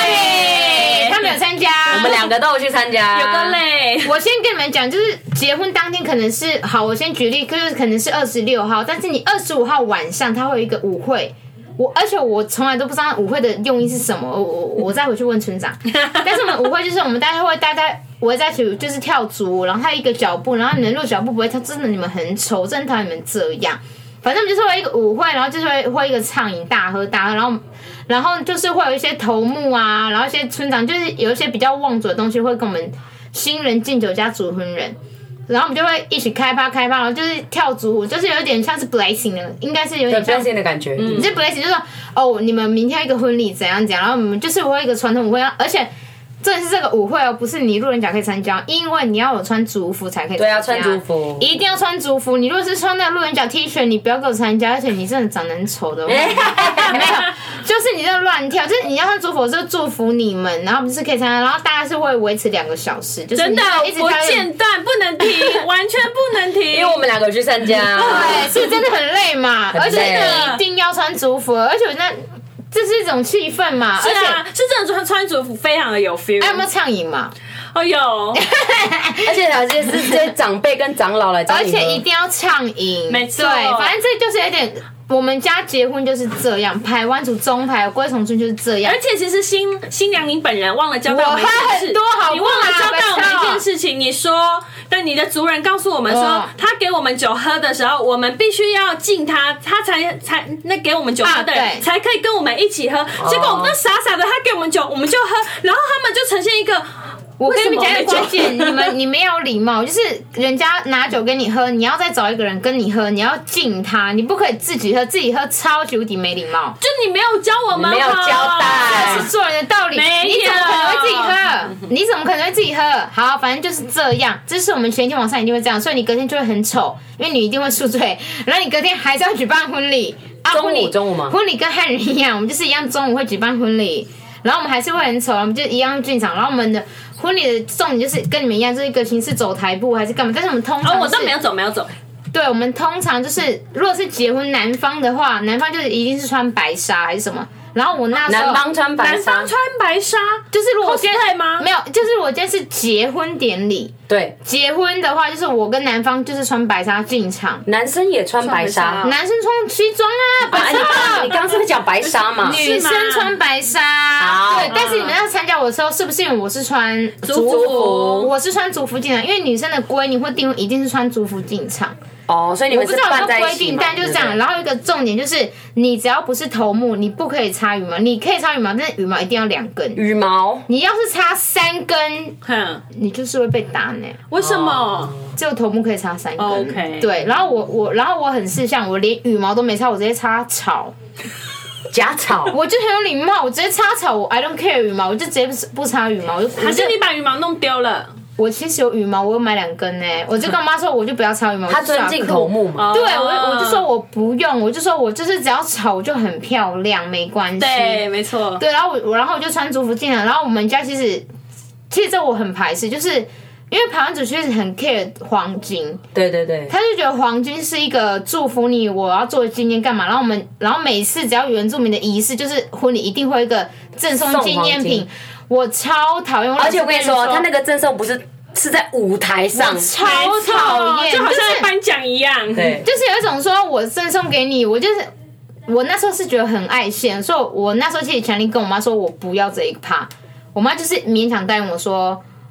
[SPEAKER 2] party 他们有参加，
[SPEAKER 1] 我们两个都有去参加，
[SPEAKER 3] 有个累。
[SPEAKER 2] 我先跟你们讲，就是结婚当天可能是好，我先举例，就是可能是二十六号，但是你二十五号晚上它会有一个舞会。我而且我从来都不知道舞会的用意是什么，我我我再回去问村长。但是我们舞会就是我们大家会大家围在一起就是跳舞，然后他一个脚步，然后你们如果脚步不会跳，真的你们很丑，真的讨厌你们这样。反正就是会一个舞会，然后就是会会一个畅饮大喝大喝，然后然后就是会有一些头目啊，然后一些村长就是有一些比较旺主的东西会跟我们新人敬酒加主婚人。然后我们就会一起开趴开趴，然后就是跳组舞，就是有点像是 blessing 的，应该是有点像
[SPEAKER 1] blessing 的感觉。
[SPEAKER 2] 嗯，这 blessing 就是说，哦，你们明天一个婚礼怎样怎样，然后我们就是会一个传统舞会，而且这是这个舞会哦，不是你路人甲可以参加，因为你要有穿族服才可以参加。
[SPEAKER 1] 对啊，穿族服，
[SPEAKER 2] 一定要穿族服。你如果是穿那个路人甲 T 恤，你不要给我参加，而且你真的长得很丑的。没有，就是你这乱跳，就是你要穿族服，我就祝福你们，然后我们就是可以参加，然后大概是会维持两个小时，就是
[SPEAKER 3] 真的不间断，不能停，完全不能停，
[SPEAKER 1] 因为我们两个去参加，
[SPEAKER 2] 对，是真的很累嘛，而且你一定要穿族服，而且那。这是一种气氛嘛，
[SPEAKER 3] 是啊，是真的穿穿族服非常的有 feel。
[SPEAKER 2] 哎，有没有畅饮嘛？
[SPEAKER 3] 哦有，
[SPEAKER 2] 而
[SPEAKER 1] 且有些是这些长辈跟长老来找你，
[SPEAKER 2] 而且一定要畅饮，
[SPEAKER 3] 没错。
[SPEAKER 2] 对，反正这就是有点。我们家结婚就是这样，排湾族中排龟从村就是这样。
[SPEAKER 3] 而且其实新新娘你本人忘了交代我们一件事，
[SPEAKER 2] 很多好
[SPEAKER 3] 你忘了交代我们一件事情。你说，但你的族人告诉我们说，哦、他给我们酒喝的时候，我们必须要敬他，他才才那给我们酒喝的人、啊、才可以跟我们一起喝。结果我们那傻傻的，他给我们酒，我们就喝，然后他们就呈现一个。
[SPEAKER 2] 我跟你们讲一个关键，你们你们要有礼貌，就是人家拿酒给你喝，你要再找一个人跟你喝，你要敬他，你不可以自己喝，自己喝超级无敌没礼貌。
[SPEAKER 3] 就你没有教我们，
[SPEAKER 1] 没有交代，
[SPEAKER 2] 这是做人的道理。你怎么可能会自己喝？你怎么可能会自己喝？好，反正就是这样，这是我们前一天晚上一定会这样，所以你隔天就会很丑，因为你一定会宿醉，然后你隔天还是要举办婚礼啊，
[SPEAKER 1] 中午中午吗？
[SPEAKER 2] 婚礼跟汉人一样，我们就是一样中午会举办婚礼，然后我们还是会很丑，我们就一样进场，然后我们的。婚礼的重点就是跟你们一样，就是一个形式走台步还是干嘛？但是我们通常、
[SPEAKER 3] 哦、我都没有走，没有走。
[SPEAKER 2] 对，我们通常就是，如果是结婚男方的话，男方就是一定是穿白纱还是什么。然后我那时候
[SPEAKER 1] 男方穿白纱，
[SPEAKER 3] 男方穿白纱，
[SPEAKER 2] 就是如果我今天
[SPEAKER 3] 吗？
[SPEAKER 2] 没有，就是我今天是结婚典礼。
[SPEAKER 1] 对，
[SPEAKER 2] 结婚的话就是我跟男方就是穿白纱进场，
[SPEAKER 1] 男生也穿白纱，
[SPEAKER 2] 男生穿西装啊，白纱。
[SPEAKER 1] 啊、你刚刚是不是讲白纱嘛？
[SPEAKER 2] 女生穿白纱，对。但是你们要参加我的时候，是不是因为我是穿
[SPEAKER 3] 族服？
[SPEAKER 2] 我是穿族服进场，因为女生的规定会定一定是穿族服进场。
[SPEAKER 1] 哦，所以你们是办在一起吗？
[SPEAKER 2] 我不知道有没有规定，但就是这样。然后一个重点就是，你只要不是头目，你不可以插羽毛。你可以插羽毛，但是羽毛一定要两根。
[SPEAKER 1] 羽毛，
[SPEAKER 2] 你要是插三根，你就是会被打呢。
[SPEAKER 3] 为什么？
[SPEAKER 2] 只有头目可以插三根。
[SPEAKER 3] OK。
[SPEAKER 2] 对，然后我我然后我很识相，我连羽毛都没插，我直接插草。
[SPEAKER 1] 假草，
[SPEAKER 2] 我就很有礼貌，我直接插草，我 I don't care 羽毛，我就直接不插羽毛。我就
[SPEAKER 3] 还是你把羽毛弄丢了？
[SPEAKER 2] 我其实有羽毛，我有买两根呢、欸。我就跟我妈说，我就不要插羽毛。
[SPEAKER 1] 她尊敬头目嘛？
[SPEAKER 2] 对，我我就说我不用，我就说我就是只要草我就很漂亮，没关系。
[SPEAKER 3] 对，没错。
[SPEAKER 2] 对，然后我然后我就穿族服进来，然后我们家其实其实这我很排斥，就是因为排湾族确实很 care 黄金。
[SPEAKER 1] 对对对，
[SPEAKER 2] 他就觉得黄金是一个祝福你，我要做纪念干嘛？然后我们然后每次只要有原住民的仪式，就是婚礼一定会有一个赠送纪念品。我超讨厌，
[SPEAKER 1] 而且我跟你说，他那个赠送不是是在舞台上，
[SPEAKER 2] 超讨厌，
[SPEAKER 3] 就好像在颁奖一样。
[SPEAKER 1] 对，
[SPEAKER 2] 就是有一种说我赠送给你，我就是我那时候是觉得很爱现，所以我那时候其实强力跟我妈说我不要这一趴，我妈就是勉强答应我说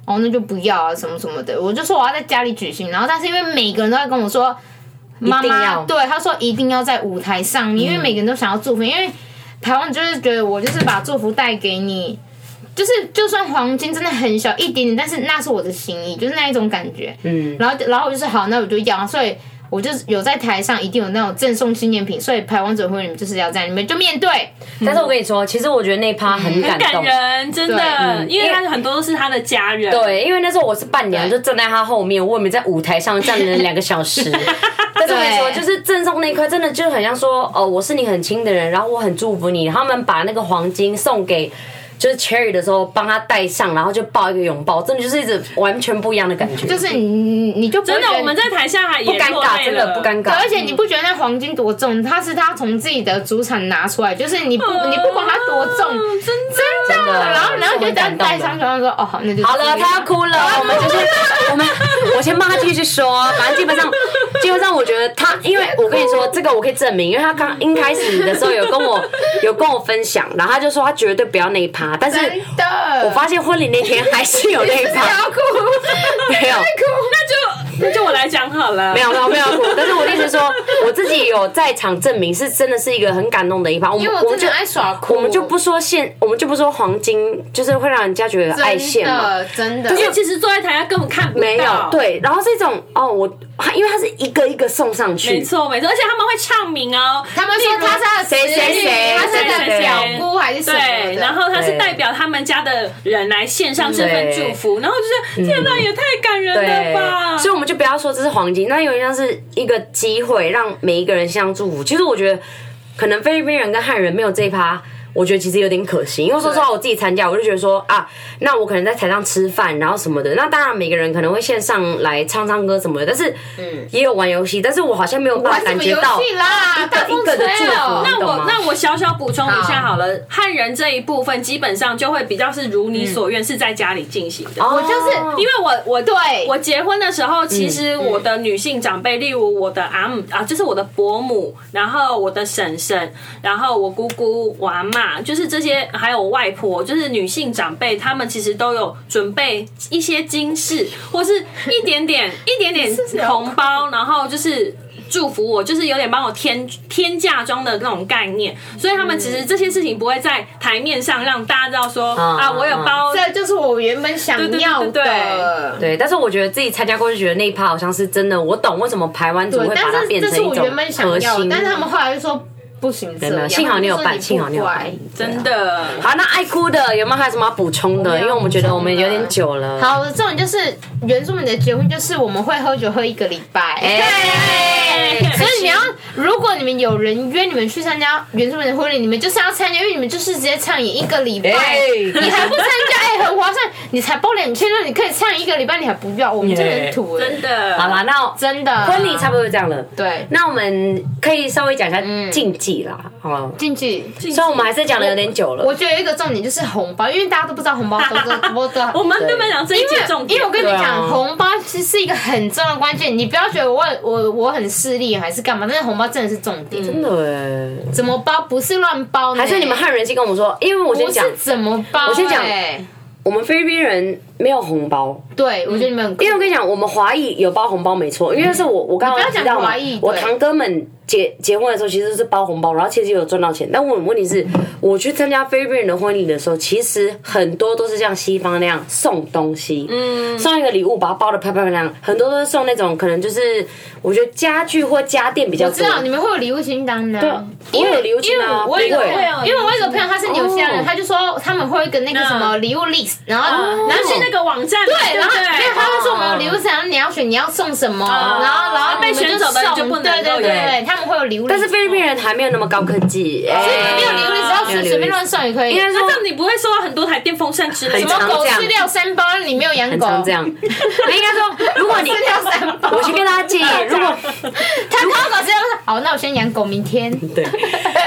[SPEAKER 2] 哦，那就不要啊，什么什么的。我就说我要在家里举行，然后但是因为每个人都在跟我说，妈妈，对他说一定要在舞台上面，因为每个人都想要祝福，因为台湾就是觉得我就是把祝福带给你，就是就算黄金真的很小一点点，但是那是我的心意，就是那一种感觉。嗯，然后然后我就是好，那我就要，所以。我就有在台上一定有那种赠送纪念品，所以排王者婚礼就是要在你们就面对。
[SPEAKER 1] 但是我跟你说，其实我觉得那一趴很感动，
[SPEAKER 3] 很感人，真的，嗯、因为他很多都是他的家人。
[SPEAKER 1] 对，因为那时候我是伴娘，就站在他后面，我也没在舞台上站了两个小时。但是我跟你说，就是赠送那一块，真的就很像说，哦，我是你很亲的人，然后我很祝福你。他们把那个黄金送给。就是 Cherry 的时候帮他戴上，然后就抱一个拥抱，真的就是一直完全不一样的感觉。
[SPEAKER 2] 就是你你就
[SPEAKER 3] 真的我们在台下还
[SPEAKER 1] 不尴尬，真的不尴尬。
[SPEAKER 2] 而且你不觉得那黄金多重？它是他从自己的主场拿出来，就是你不、嗯、你不管它多重，真的，真的。然后然后就这样戴上去，然后说哦好，那就
[SPEAKER 1] 好了，他要哭了，我们就是我们我先帮他继续说，反正基本上基本上我觉得他，因为我跟你说这个我可以证明，因为他刚一开始的时候有跟我有跟我分享，然后他就说他绝对不要那一趴。但是我发现婚礼那天还是有那一趴，
[SPEAKER 2] 要哭，
[SPEAKER 1] 没有，
[SPEAKER 3] 那就那就我来讲好了，
[SPEAKER 1] 没有没有没有哭。但是我的意思说，我自己有在场证明，是真的是一个很感动的一趴。我们
[SPEAKER 2] 因为我真的爱耍哭，
[SPEAKER 1] 我们就不说现，我们就不说黄金，就是会让人家觉得爱现嘛，
[SPEAKER 2] 真的。
[SPEAKER 3] 因为其实坐在台下根本看不到，
[SPEAKER 1] 没有对。然后这种哦，我因为他是一个一个送上去，
[SPEAKER 3] 没错没错，而且他们会唱名哦，
[SPEAKER 2] 他们说他是他的
[SPEAKER 1] 谁谁谁，
[SPEAKER 2] 他是他的表姑还是什么的，
[SPEAKER 3] 对，然后他是代表他们家的人来献上这份祝福，然后就是天哪，也太感人了吧！
[SPEAKER 1] 所以我们就不要说这是黄金，那有点像是一个机会，让每一个人相祝福。其实我觉得，可能菲律宾人跟汉人没有这一趴。我觉得其实有点可惜，因为说实话，我自己参加，我就觉得说啊，那我可能在台上吃饭，然后什么的。那当然，每个人可能会线上来唱唱歌什么的，但是也有玩游戏，但是我好像没有办法感觉到一个一个的祝福。
[SPEAKER 3] 那我那我小小补充一下好了，汉人这一部分基本上就会比较是如你所愿，是在家里进行的。
[SPEAKER 2] 我就是
[SPEAKER 3] 因为我我
[SPEAKER 2] 对
[SPEAKER 3] 我结婚的时候，其实我的女性长辈，例如我的阿姆啊，就是我的伯母，然后我的婶婶，然后我姑姑、我阿嬷，就是这些。还有外婆，就是女性长辈，他们其实都有准备一些金饰，或是一点点、一点点红包，然后就是祝福我，就是有点帮我添添嫁妆的那种概念。所以他们其实这些事情不会在台面上让大家知道说、嗯、啊，我有包，
[SPEAKER 2] 这就是我原本想要的。
[SPEAKER 3] 对对对对
[SPEAKER 1] 对，对，但是我觉得自己参加过就觉得那一趴好像是真的，我懂为什么排湾族会把它变成一种核心，
[SPEAKER 2] 但是他们后来就说。不行，
[SPEAKER 1] 真的，幸好你有办，幸好你有办，
[SPEAKER 3] 真的。
[SPEAKER 1] 好，那爱哭的有没有还有什么要补充的？因为我们觉得我们有点久了。
[SPEAKER 2] 好，这种就是原住民的结婚，就是我们会喝酒喝一个礼拜。
[SPEAKER 1] 哎，
[SPEAKER 2] 所以你要，如果你们有人约你们去参加原住民的婚礼，你们就是要参加，因为你们就是直接唱演一个礼拜，你还不参加，哎，很划算，你才包两千六，你可以唱一个礼拜，你还不要，我们真的很土，
[SPEAKER 3] 真的。
[SPEAKER 1] 好啦，那
[SPEAKER 2] 真的
[SPEAKER 1] 婚礼差不多就这样了。
[SPEAKER 2] 对，
[SPEAKER 1] 那我们可以稍微讲一下禁忌啦，好，
[SPEAKER 2] 禁忌。
[SPEAKER 1] 所以我们还是讲的有点久了。
[SPEAKER 2] 我觉得有一个重点就是红包，因为大家都不知道红包多多多。
[SPEAKER 3] 我们根本讲这一节重点，
[SPEAKER 2] 因为我跟你讲，红包其实是一个很重要的关键。你不要觉得我我我很势利还是干嘛，但是红包真的是重点。
[SPEAKER 1] 真的哎，
[SPEAKER 2] 怎么包不是乱包呢？
[SPEAKER 1] 还是你们汉人先跟我们说，因为我先讲
[SPEAKER 2] 怎么包。
[SPEAKER 1] 我先讲，我们菲律宾人没有红包。
[SPEAKER 2] 对，我觉得你们很酷，
[SPEAKER 1] 因为我跟你讲，我们华裔有包红包没错，因为是我我刚刚提到嘛，我堂哥们结结婚的时候其实是包红包，然后其实有赚到钱。但问问题是，我去参加菲律宾人的婚礼的时候，其实很多都是像西方那样送东西，嗯，送一个礼物把它包的漂漂亮亮，很多都是送那种可能就是我觉得家具或家电比较多。
[SPEAKER 2] 我知道你们会有礼物清单的，
[SPEAKER 1] 对，我有礼物清单啊，
[SPEAKER 2] 我有一个朋友，因为我有一个朋友他是纽西兰人，他就说他们会有一个那个什么礼物 list， 然后然后
[SPEAKER 3] 去那个网站，
[SPEAKER 2] 对，然后没有他就说我们有礼物清单，你要选你要送什么，然后然后
[SPEAKER 3] 被选走的就不能
[SPEAKER 2] 对对对，他们会有礼物，
[SPEAKER 1] 但是菲律宾人还没有那么高科技，
[SPEAKER 2] 所以没有礼物，只要随随便乱送也可以。
[SPEAKER 1] 应该说
[SPEAKER 3] 这样你不会收到很多台电风扇之类的，
[SPEAKER 2] 什么狗饲料三包，你没有养狗，
[SPEAKER 1] 这样。应该说，如果你
[SPEAKER 2] 饲料三包，
[SPEAKER 1] 我去跟大家建议，如果
[SPEAKER 2] 他刚狗饲料，好，那我先养狗，明天。
[SPEAKER 1] 对，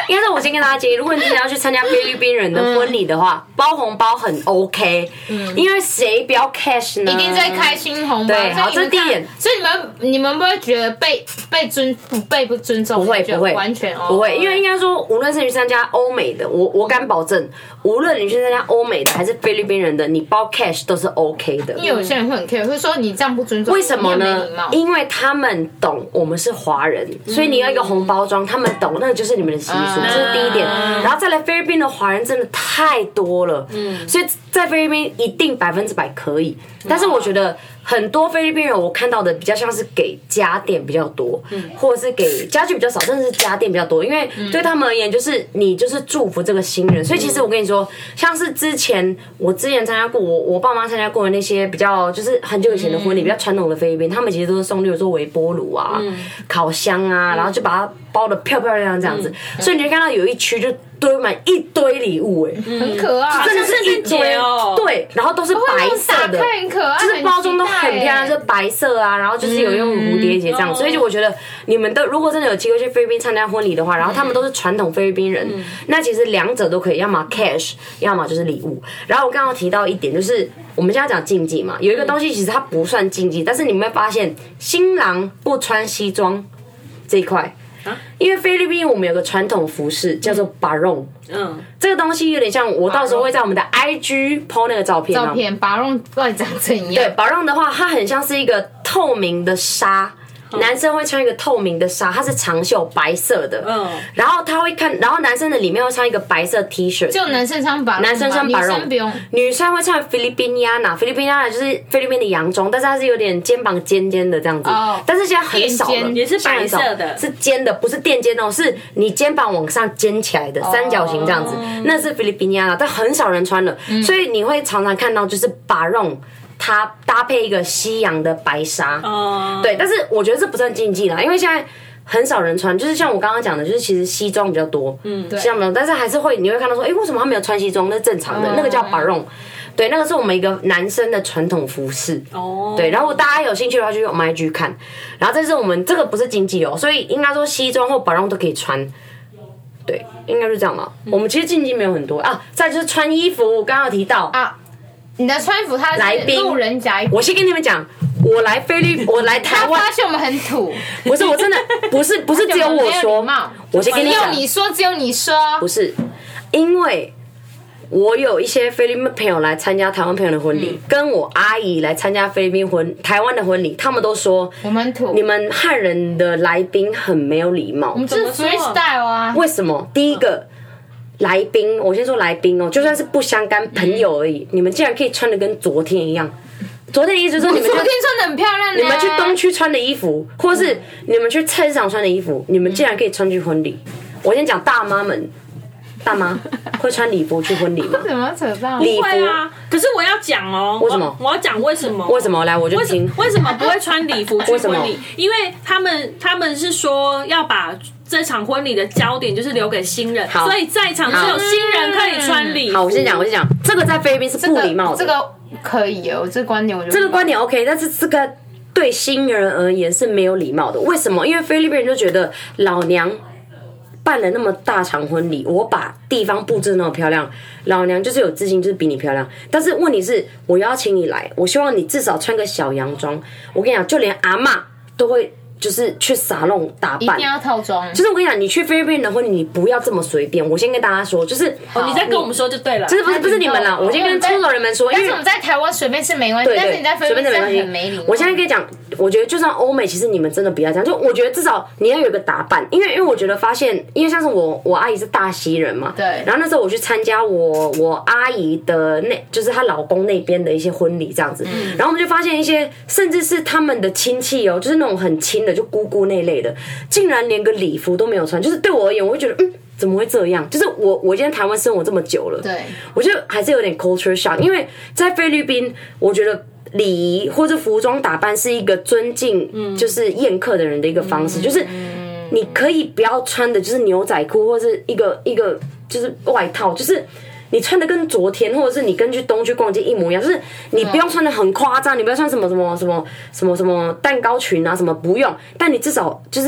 [SPEAKER 1] 应该是我先跟大家建议，如果你真的要去参加菲律宾人的婚礼的话，嗯、包红包很 OK，、嗯、因为谁不要 cash 呢？
[SPEAKER 2] 一定在开心红包。
[SPEAKER 1] 对，好，这是第一点。
[SPEAKER 2] 所以你们你们不会觉得被被尊不被不尊重？
[SPEAKER 1] 不会不会，
[SPEAKER 2] 完全
[SPEAKER 1] 不会，因为应该说，无论是你去参加欧美的，我我敢保证，无论你去参加欧美的还是菲律宾人的，你包 cash 都是 OK 的。
[SPEAKER 2] 因为有些人会很 care， 会说你这样不尊重。
[SPEAKER 1] 为什么呢？因为他们懂我们是华人，所以你要一个红包装，他们懂，那个就是你们的习俗，这是第一点。然后再来，菲律宾的华人真的太多了，嗯，所以在菲律宾一定百分之百可以。但是我觉得很多菲律宾人，我看到的比较像是给家电比较多，嗯，或者是给家具比较少，甚至是家电比较多，因为对他们而言，就是你就是祝福这个新人。所以其实我跟你说，像是之前我之前参加过，我我爸妈参加过的那些比较就是很久以前的婚礼，比较传统的菲律宾，他们其实都是送，例如说微波炉啊、烤箱啊，然后就把它包得漂漂亮亮这样子。所以你就看到有一区就堆满一堆礼物，哎，
[SPEAKER 2] 很可爱，
[SPEAKER 1] 真的是一堆哦，对，然后都是白色的，
[SPEAKER 2] 很可爱，
[SPEAKER 1] 就是包装都很漂亮，是白色啊，然后就是有用蝴蝶结这样，所以就我觉得你们都如果真的有机会去菲律宾参加婚礼的话，然后他们都是传统菲律宾人，那其实两者都可以，要么 cash， 要么就是礼物。然后我刚刚提到一点，就是我们现在讲禁忌嘛，有一个东西其实它不算禁忌，但是你们会发现新郎不穿西装这一块。因为菲律宾我们有个传统服饰叫做 barong， 嗯，这个东西有点像，我到时候会在我们的 I G po 那个照片，
[SPEAKER 2] 照片 barong 到底长怎样？
[SPEAKER 1] 对 barong 的话，它很像是一个透明的纱。男生会穿一个透明的纱，它是长袖白色的，嗯，然后他会看，然后男生的里面会穿一个白色 T 恤，
[SPEAKER 2] 就男生穿白，
[SPEAKER 1] 男生穿白绒，
[SPEAKER 2] 女生不用，
[SPEAKER 1] 女生会穿菲律宾亚娜，菲律宾亚娜就是菲律宾的洋装，但是它是有点肩膀尖尖的这样子，哦，但是现在很少了，
[SPEAKER 3] 也是白色的，
[SPEAKER 1] 是尖的，不是垫肩哦，是你肩膀往上尖起来的三角形这样子，那是菲律宾亚娜，但很少人穿了，所以你会常常看到就是巴绒。它搭配一个西洋的白纱，哦，对，但是我觉得这不算禁忌啦，因为现在很少人穿，就是像我刚刚讲的，就是其实西装比较多，嗯，对，西装比较多，但是还是会你会看到说，哎、欸，为什么他没有穿西装？那是正常的，哦、那个叫 barong， 对，那个是我们一个男生的传统服饰，哦，对，然后大家有兴趣的话就去我们 I G 看，然后这是我们这个不是禁忌哦，所以应该说西装或 barong 都可以穿。对，应该是这样嘛。嗯、我们其实禁忌没有很多啊，再就是穿衣服，我刚刚有提到啊。
[SPEAKER 2] 你的穿服，他是路人甲。
[SPEAKER 1] 我先跟你们讲，我来菲律，我来台湾，
[SPEAKER 2] 他发现我们很土。
[SPEAKER 1] 不是，我真的不是，不是只有我说。我先跟你讲，
[SPEAKER 2] 只有你说，只有你说。
[SPEAKER 1] 不是，因为我有一些菲律宾朋友来参加台湾朋友的婚礼，嗯、跟我阿姨来参加菲律宾婚台湾的婚礼，他们都说
[SPEAKER 2] 我们土，
[SPEAKER 1] 你们汉人的来宾很没有礼貌。
[SPEAKER 2] 我们是 freestyle 啊。
[SPEAKER 1] 为什么？第一个。来宾，我先说来宾哦，就算是不相干朋友而已，嗯、你们竟然可以穿的跟昨天一样。昨天的意思就是你们
[SPEAKER 2] 昨天穿的很漂亮，
[SPEAKER 1] 你们去东区穿的衣服，或是你们去菜市场穿的衣服，你们竟然可以穿去婚礼。我先讲大妈们，大妈会穿礼服去婚礼吗？
[SPEAKER 2] 怎么扯到
[SPEAKER 1] 礼服
[SPEAKER 3] 啊？可是我要讲哦，
[SPEAKER 1] 为什么？
[SPEAKER 3] 我要讲为什么？
[SPEAKER 1] 为什么？来，我就听。
[SPEAKER 3] 为什么不会穿礼服去婚礼？因为他们他们是说要把这场婚礼的焦点就是留给新人，所以在场只有新人可以穿礼服。
[SPEAKER 1] 好，我先讲，我先讲，这个在菲律宾是不礼貌的。
[SPEAKER 2] 这个可以哦，这个观点我觉得
[SPEAKER 1] 这个观点 OK， 但是这个对新人而言是没有礼貌的。为什么？因为菲律宾人就觉得老娘办了那么大场婚礼，我把地方布置那么漂亮，老娘就是有自信，就是比你漂亮。但是问题是，我邀请你来，我希望你至少穿个小洋装。我跟你讲，就连阿嬷都会。就是去沙龙打扮，
[SPEAKER 2] 一定要套装。
[SPEAKER 1] 就是我跟你讲，你去菲律宾的婚礼，你不要这么随便。我先跟大家说，就是
[SPEAKER 3] 哦，你在跟我们说就对了。
[SPEAKER 1] 就是不是不是你们啦，我先跟出走人们说，
[SPEAKER 2] 因为我们在台湾随便是没关系，但是你在菲律宾很没礼貌。
[SPEAKER 1] 我现在跟你讲，我觉得就算欧美，其实你们真的不要这样。就我觉得至少你要有一个打扮，因为因为我觉得发现，因为像是我我阿姨是大溪人嘛，
[SPEAKER 2] 对。
[SPEAKER 1] 然后那时候我去参加我我阿姨的那，就是她老公那边的一些婚礼这样子，嗯、然后我们就发现一些，甚至是他们的亲戚哦，就是那种很亲的，就姑姑那类。的竟然连个礼服都没有穿，就是对我而言，我会觉得嗯，怎么会这样？就是我我今天台湾生活这么久了，
[SPEAKER 2] 对，
[SPEAKER 1] 我觉得还是有点 culture shock， 因为在菲律宾，我觉得礼仪或者服装打扮是一个尊敬，嗯，就是宴客的人的一个方式，嗯、就是你可以不要穿的就是牛仔裤或是一个一个就是外套，就是你穿的跟昨天或者是你跟去东区逛街一模一样，就是你不用穿的很夸张，你不要穿什么什么什么什么什么蛋糕裙啊什么不用，但你至少就是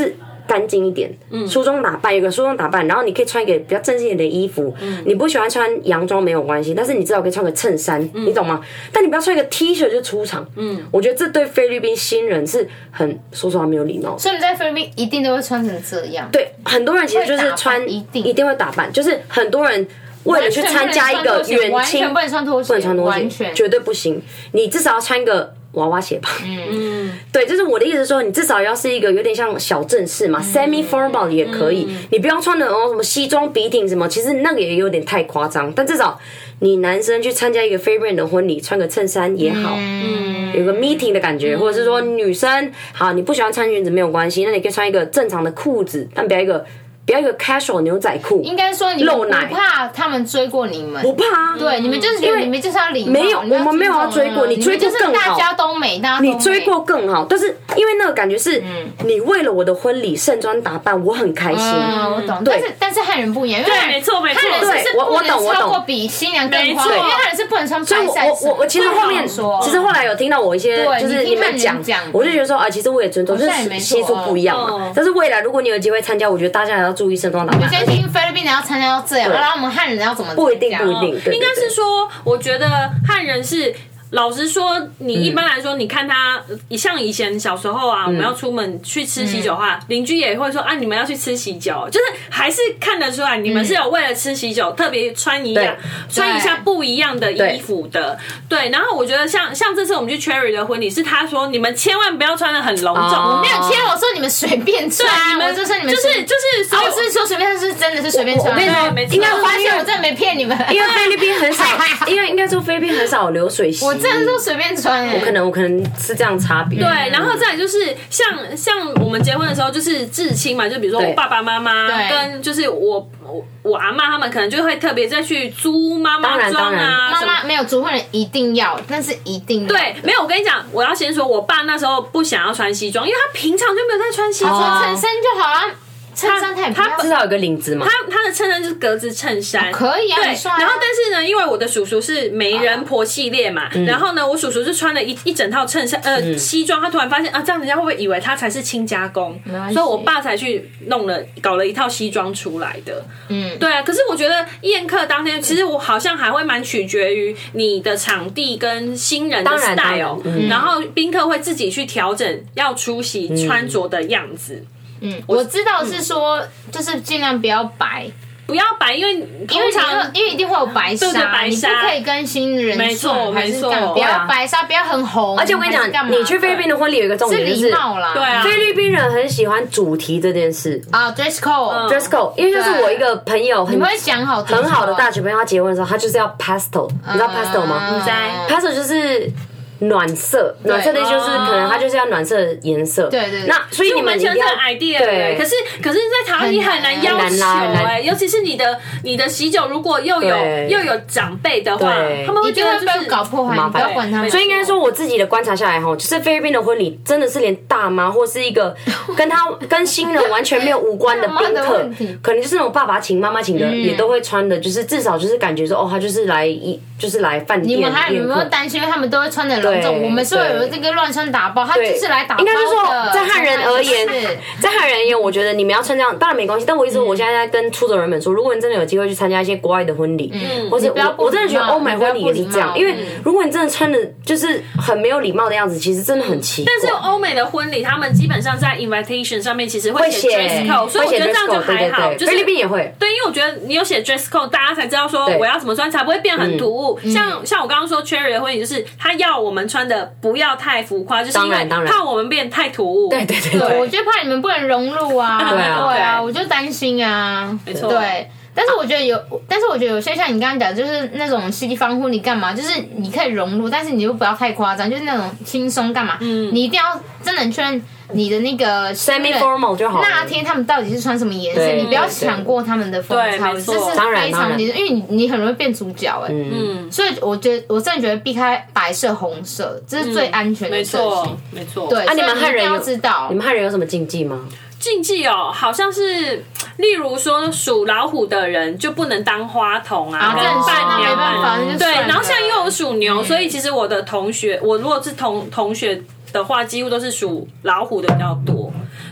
[SPEAKER 1] 干净一点，嗯，梳妆打扮有个梳妆打扮，然后你可以穿一个比较正式一点的衣服，嗯，你不喜欢穿洋装没有关系，但是你至少可以穿个衬衫，嗯、你懂吗？但你不要穿一个 T 恤就出场，嗯，我觉得这对菲律宾新人是很说实话没有礼貌。
[SPEAKER 2] 所以你在菲律宾一定都会穿成这样，
[SPEAKER 1] 对，很多人其实就是穿
[SPEAKER 2] 一定
[SPEAKER 1] 一定会打扮，就是很多人。为了去参加一个远亲，
[SPEAKER 2] 完全不能穿拖鞋，
[SPEAKER 1] 不能穿拖鞋，
[SPEAKER 2] 完全
[SPEAKER 1] 绝对不行。你至少要穿一个娃娃鞋吧。嗯，对，就是我的意思是说，你至少要是一个有点像小正式嘛、嗯、，semi formal 也可以。嗯、你不要穿的哦什么西装笔挺什么，其实那个也有点太夸张。但至少你男生去参加一个菲律宾的婚礼，穿个衬衫也好，嗯，有个 meeting 的感觉，嗯、或者是说女生好，你不喜欢穿裙子没有关系，那你可以穿一个正常的裤子，但不要一个。不要一个 casual 牛仔裤，
[SPEAKER 2] 应该说你们不怕他们追过你们，
[SPEAKER 1] 不怕啊。
[SPEAKER 2] 对，你们就是因为你们就是要礼貌，
[SPEAKER 1] 没有，我们没有要追过，你追过更好，
[SPEAKER 2] 大家都美，大家都美，
[SPEAKER 1] 你追过更好。但是因为那个感觉是，你为了我的婚礼盛装打扮，我很开心。
[SPEAKER 2] 嗯，我懂。但是但是汉人不一样，因为
[SPEAKER 3] 没错没错，
[SPEAKER 2] 汉人是不能超过比新娘更夸张，因为汉人是不能穿白晒。
[SPEAKER 1] 我我我其实后面其实后来有听到我一些就是你们讲，我就觉得说啊，其实我也尊重，就是习俗不一样嘛。但是未来如果你有机会参加，我觉得大家也要注意盛装打扮。
[SPEAKER 2] 先听菲律宾人要参加到这样，然后我们汉人要怎么？
[SPEAKER 1] 不一定，不一定。
[SPEAKER 3] 应该是说，我觉得汉人是。老实说，你一般来说，你看他像以前小时候啊，我们要出门去吃喜酒的话，邻居也会说啊，你们要去吃喜酒，就是还是看得出来你们是有为了吃喜酒特别穿一样穿一下不一样的衣服的。对，然后我觉得像像这次我们去 Cherry 的婚礼，是他说你们千万不要穿得很隆重，
[SPEAKER 2] 我没有千万，我说你们随便穿，
[SPEAKER 3] 你们
[SPEAKER 2] 就是你们
[SPEAKER 3] 就是就是，
[SPEAKER 2] 我是说随便穿是真的是随便穿。
[SPEAKER 1] 我跟你说，应该
[SPEAKER 2] 发现我真的没骗你们，
[SPEAKER 1] 因为菲律宾很少，因为应该说菲律宾很少有流水席。
[SPEAKER 2] 真的都随便穿、欸，
[SPEAKER 1] 我可能我可能是这样差别。
[SPEAKER 3] 对，然后再来就是像像我们结婚的时候，就是至亲嘛，就比如说我爸爸妈妈跟就是我我我阿嬷他们可能就会特别再去租妈妈装啊，
[SPEAKER 2] 妈妈没有租婚人一定要，但是一定要
[SPEAKER 3] 对，没有我跟你讲，我要先说，我爸那时候不想要穿西装，因为他平常就没有在穿西装，
[SPEAKER 2] 衬衫就好了。衬衫太
[SPEAKER 1] 他至少有个领子嘛，
[SPEAKER 3] 他他的衬衫就是格子衬衫，
[SPEAKER 2] 可以啊，
[SPEAKER 3] 对。
[SPEAKER 2] 啊
[SPEAKER 3] 然后但是呢，因为我的叔叔是媒人婆系列嘛，嗯、然后呢，我叔叔是穿了一一整套衬衫呃、嗯、西装，他突然发现啊，这样人家会不会以为他才是轻加工？所以我爸才去弄了搞了一套西装出来的。嗯，对啊。可是我觉得宴客当天，其实我好像还会蛮取决于你的场地跟新人的 style， 然, 然后宾客会自己去调整要出席穿着的样子。
[SPEAKER 2] 嗯，我知道是说，嗯、就是尽量不要白，
[SPEAKER 3] 不要白，因为通常
[SPEAKER 2] 因为一定会有白纱，
[SPEAKER 3] 白纱
[SPEAKER 2] 你不可以跟新人
[SPEAKER 3] 没错没错，
[SPEAKER 2] 不要白纱，不要很红。
[SPEAKER 1] 而且我跟你讲，你去菲律宾的婚礼有一个重点就是
[SPEAKER 2] 礼貌啦，
[SPEAKER 3] 对啊，
[SPEAKER 1] 菲律宾人很喜欢主题这件事
[SPEAKER 2] 啊 ，dress code，dress
[SPEAKER 1] code， 因为就是我一个朋友很
[SPEAKER 2] 你会讲好
[SPEAKER 1] 很好的大学朋友，他结婚的时候他就是要 pastel， 你知道 pastel 吗？
[SPEAKER 2] 你在
[SPEAKER 1] pastel 就是。暖色，暖色的意思就是可能它就是要暖色的颜色。
[SPEAKER 2] 对对。
[SPEAKER 1] 那所以你们一定要
[SPEAKER 3] idea 对，可是可是在台湾你很难要求哎，尤其是你的你的喜酒如果又有又有长辈的话，他们会觉得就是
[SPEAKER 2] 搞破坏，不要管他们。
[SPEAKER 1] 所以应该说我自己的观察下来哈，就是菲律宾的婚礼真的是连大妈或是一个跟他跟新人完全没有无关的宾客，可能就是那种爸爸请妈妈请的也都会穿的，就是至少就是感觉说哦，他就是来一就是来饭店。
[SPEAKER 2] 你们还有没有担心？因为他们都会穿的隆重，我们是有这个乱穿打包，他就是来打包的。
[SPEAKER 1] 应该是说，在汉人而言，在汉人而言，我觉得你们要穿这样当然没关系。但我意思，我现在在跟出走人们说，如果你真的有机会去参加一些国外的婚礼，嗯，或者我我真的觉得欧美婚礼也是这样，因为如果你真的穿的就是很没有礼貌的样子，其实真的很奇怪。
[SPEAKER 3] 但是欧美的婚礼，他们基本上在 invitation 上面其实会写 dress code，所以我觉得这样就还好。
[SPEAKER 1] 菲律宾也会，
[SPEAKER 3] 对，因为我觉得你有写 dress code， 大家才知道说我要怎么穿才不会变很突兀。像像我刚刚说 Cherry 的婚礼，就是他要我们穿的不要太浮夸，就是因为怕我们变太突兀。
[SPEAKER 1] 对对对对，
[SPEAKER 2] 我觉得怕你们不能融入啊。
[SPEAKER 1] 对啊，
[SPEAKER 2] 对啊，我就担心啊。
[SPEAKER 3] 没错，
[SPEAKER 2] 对。但是我觉得有，但是我觉得有些像你刚刚讲，就是那种西方婚礼干嘛，就是你可以融入，但是你又不要太夸张，就是那种轻松干嘛。嗯，你一定要真的确认你的那个
[SPEAKER 1] semi formal 就好了。
[SPEAKER 2] 那天他们到底是穿什么颜色？你不要抢过他们的风潮，这是非常因为你你很容易变主角哎。嗯，所以我觉得我真的觉得避开白色、红色，这是最安全的色系。
[SPEAKER 3] 没错，
[SPEAKER 2] 对。
[SPEAKER 1] 啊，你们汉人
[SPEAKER 2] 要知道，
[SPEAKER 1] 你们汉人有什么禁忌吗？
[SPEAKER 3] 禁忌哦，好像是，例如说属老虎的人就不能当花童啊，跟伴娘们。对，然后像因为我属牛，所以其实我的同学，我如果是同同学的话，几乎都是属老虎的比较多。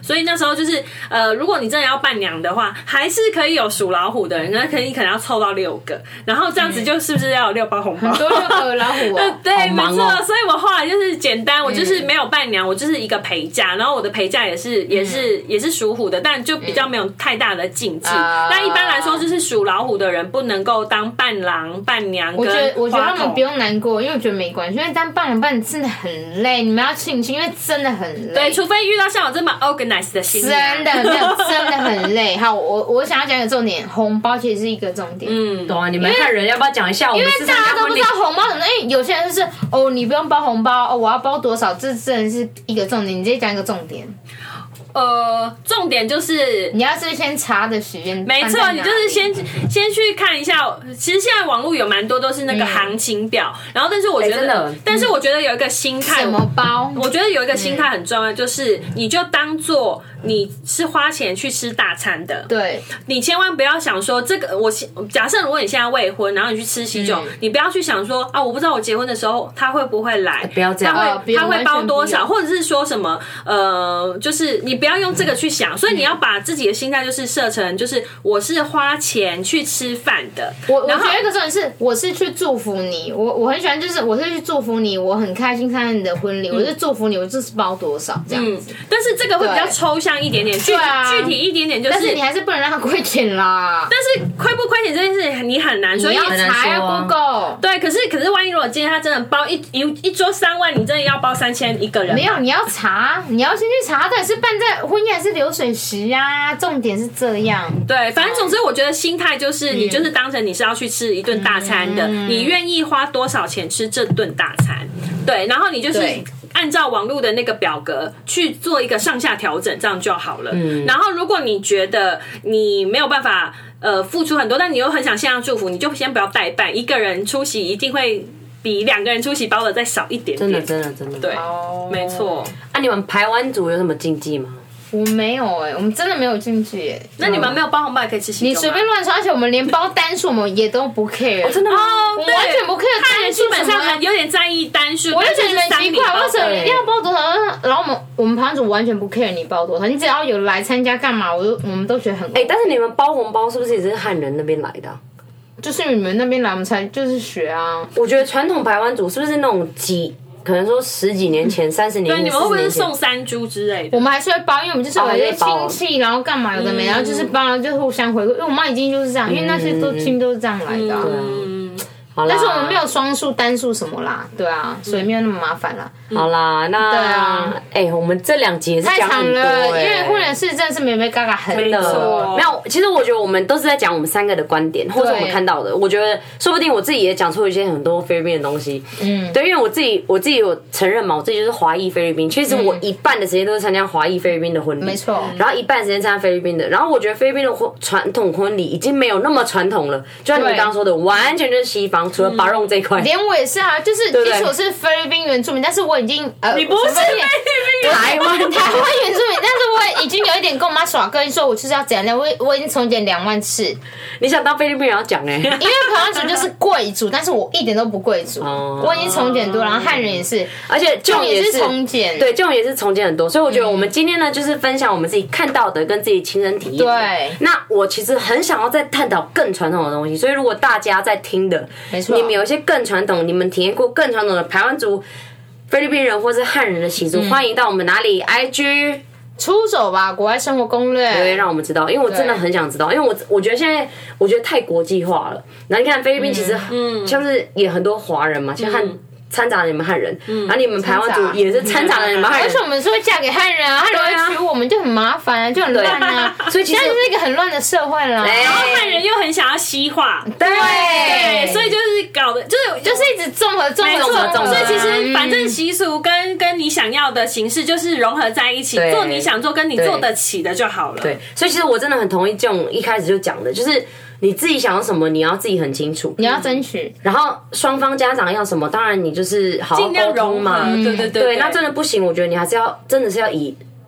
[SPEAKER 3] 所以那时候就是呃，如果你真的要伴娘的话，还是可以有属老虎的人，那可能你可能要凑到六个，然后这样子就是不是要有六包红包？
[SPEAKER 2] 很多六个老虎啊，
[SPEAKER 3] 对，没错。
[SPEAKER 1] 哦、
[SPEAKER 3] 所以我后来就是简单，我就是没有伴娘，我就是一个陪嫁，然后我的陪嫁也是也是、嗯、也是属虎的，但就比较没有太大的禁忌。嗯、那一般来说，就是属老虎的人不能够当伴郎、伴娘跟花童。
[SPEAKER 2] 我觉得我觉得他们不用难过，因为我觉得没关系，因为当伴郎伴娘真的很累，你们要庆幸，因为真的很累。
[SPEAKER 3] 对，除非遇到像我这么 organized 的新娘，
[SPEAKER 2] 真的没有，真的很累。好，我我想要讲一个重点，红包其实是一个重点。
[SPEAKER 1] 嗯，懂啊？你们汉人要不要讲一下？
[SPEAKER 2] 因为大家都不知道红包什么，因为有些人就是哦，你不用包红包哦，我要包多少，这真的是一个重点。你直接讲一个重点。
[SPEAKER 3] 呃，重点就是
[SPEAKER 2] 你要是先查的时间，
[SPEAKER 3] 没错，你就是先先去看一下。其实现在网络有蛮多都是那个行情表，嗯、然后但是我觉得，欸、但是我觉得有一个心态，
[SPEAKER 2] 什么包？
[SPEAKER 3] 我觉得有一个心态很重要，就是你就当做你是花钱去吃大餐的，
[SPEAKER 2] 对，
[SPEAKER 3] 你千万不要想说这个。我假设如果你现在未婚，然后你去吃喜酒，嗯、你不要去想说啊，我不知道我结婚的时候他会不会来，
[SPEAKER 1] 不要这样，
[SPEAKER 3] 他会他会包多少，或者是说什么呃，就是你不要用这个去想，所以你要把自己的心态就是设成，就是我是花钱去吃饭的。
[SPEAKER 2] 我我觉得一个重点是，我是去祝福你，我我很喜欢，就是我是去祝福你，我很开心参加你的婚礼，嗯、我是祝福你，我就是包多少这样子。
[SPEAKER 3] 嗯、但是这个会比较抽象一点点，具体、啊、具体一点点，就是
[SPEAKER 2] 但是你还是不能让他亏钱啦。
[SPEAKER 3] 但是亏不亏钱这件事你很难说，
[SPEAKER 2] 你要查要 Google。
[SPEAKER 3] 对，可是可是万一如果今天他真的包一一一桌三万，你真的要包三千一个人？
[SPEAKER 2] 没有，你要查，你要先去查，到底是办在婚宴还是流水席啊？重点是这样。
[SPEAKER 3] 对，反正总之我觉得心态就是你就是当成你是要去吃一顿大餐的，嗯、你愿意花多少钱吃这顿大餐？对，然后你就是按照网络的那个表格去做一个上下调整，这样就好了。嗯、然后如果你觉得你没有办法呃付出很多，但你又很想线上祝福，你就先不要代办，一个人出席一定会比两个人出席包的再少一点点。
[SPEAKER 1] 真的，真的，真的，
[SPEAKER 3] 对，哦、没错。
[SPEAKER 1] 啊，你们排湾族有什么禁忌吗？
[SPEAKER 2] 我没有哎、欸，我们真的没有禁忌哎。
[SPEAKER 3] 那你们没有包红包也可以吃喜酒吗？
[SPEAKER 2] 你随便乱说，而且我们连包单数我们也都不 care。
[SPEAKER 1] 哦、真的吗？
[SPEAKER 3] 哦，
[SPEAKER 2] 我完全不 care。
[SPEAKER 3] 汉人基本上很有点在意单数，
[SPEAKER 2] 我就觉得很奇怪，为什么一定要包多少？然后我们我们盘主完全不 care 你包多少，你只要有来参加干嘛，我都我们都觉得很 OK。
[SPEAKER 1] 哎、欸，但是你们包红包是不是也是汉人那边来的、啊？
[SPEAKER 2] 就是你们那边来，我们才就是学啊。
[SPEAKER 1] 我觉得传统排湾族是不是那种几？可能说十几年前、三十年前，
[SPEAKER 3] 对，你们会不会是送山猪之类的？
[SPEAKER 2] 我们还是会包，因为我们就是有一些亲戚，然后干嘛有的没，然后就是包，就互相回馈。因为我妈已经就是这样，因为那些都亲都是这样来的、啊。
[SPEAKER 1] 嗯，好啦，
[SPEAKER 2] 但是我们没有双数、单数什么啦，对啊，所以没有那么麻烦啦。
[SPEAKER 1] 好啦，那
[SPEAKER 2] 对啊，
[SPEAKER 1] 哎、欸，我们这两集也是讲很多、欸，
[SPEAKER 2] 因为婚人事真的是美美嘎嘎很
[SPEAKER 1] 真的没有。其实我觉得我们都是在讲我们三个的观点，或者我们看到的。我觉得说不定我自己也讲出一些很多菲律宾的东西。嗯，对，因为我自己我自己有承认嘛，我自己就是华裔菲律宾。其实我一半的时间都是参加华裔菲律宾的婚礼，
[SPEAKER 2] 没错。
[SPEAKER 1] 然后一半时间参加菲律宾的。然后我觉得菲律宾的婚传统婚礼已经没有那么传统了，就像你们刚刚说的，完全就是西方，除了巴弄这一块。
[SPEAKER 2] 连我也是啊，就是即使我是菲律宾原住民，但是我已经呃，
[SPEAKER 3] 你不是菲律宾
[SPEAKER 2] 台湾台湾原住民，但是我已经有一点跟我妈耍跟说，我就是要怎样，我我已经重检两万次。
[SPEAKER 1] 你想当菲律宾人要讲哎、欸，因为
[SPEAKER 2] 台湾族就是贵族，但是我一点都不贵族，哦、我已经重检多，然后汉人也是，
[SPEAKER 1] 而且这种
[SPEAKER 2] 也是重检，
[SPEAKER 1] 对，这种也是重检很多，所以我觉得我们今天呢，就是分享我们自己看到的跟自己亲身体验。
[SPEAKER 2] 对，
[SPEAKER 1] 那我其实很想要再探讨更传统的东西，所以如果大家在听的，
[SPEAKER 2] 没错，
[SPEAKER 1] 你们有一些更传统，你们体验过更传统的排湾族、菲律宾人或是汉人的习俗，嗯、欢迎到我们哪里 I G。
[SPEAKER 2] 出走吧，国外生活攻略，
[SPEAKER 1] 对，让我们知道，因为我真的很想知道，因为我我觉得现在我觉得太国际化了。然后你看菲律宾其实，嗯，像是也很多华人嘛，像汉。嗯掺杂了你们汉人，嗯、然后你们排湾族也是掺杂了你们汉人，
[SPEAKER 2] 而且我们是会嫁给汉人啊，汉人会娶我们就很麻烦啊，就很乱啊，
[SPEAKER 1] 所以其实
[SPEAKER 2] 现在就是一个很乱的社会了。
[SPEAKER 3] 然后汉人又很想要西化，
[SPEAKER 2] 对，
[SPEAKER 3] 对，所以就是搞的，就是
[SPEAKER 2] 就是一直综合综合
[SPEAKER 1] 综合综合，
[SPEAKER 3] 所以其实反正习俗跟跟你想要的形式就是融合在一起，做你想做跟你做得起的就好了。
[SPEAKER 1] 对，所以其实我真的很同意这种一开始就讲的，就是。你自己想要什么，你要自己很清楚，
[SPEAKER 2] 你要争取。
[SPEAKER 1] 然后双方家长要什么，当然你就是好好沟通嘛。
[SPEAKER 3] 对对对。
[SPEAKER 1] 对，那真的不行，我觉得你还是要真的是要以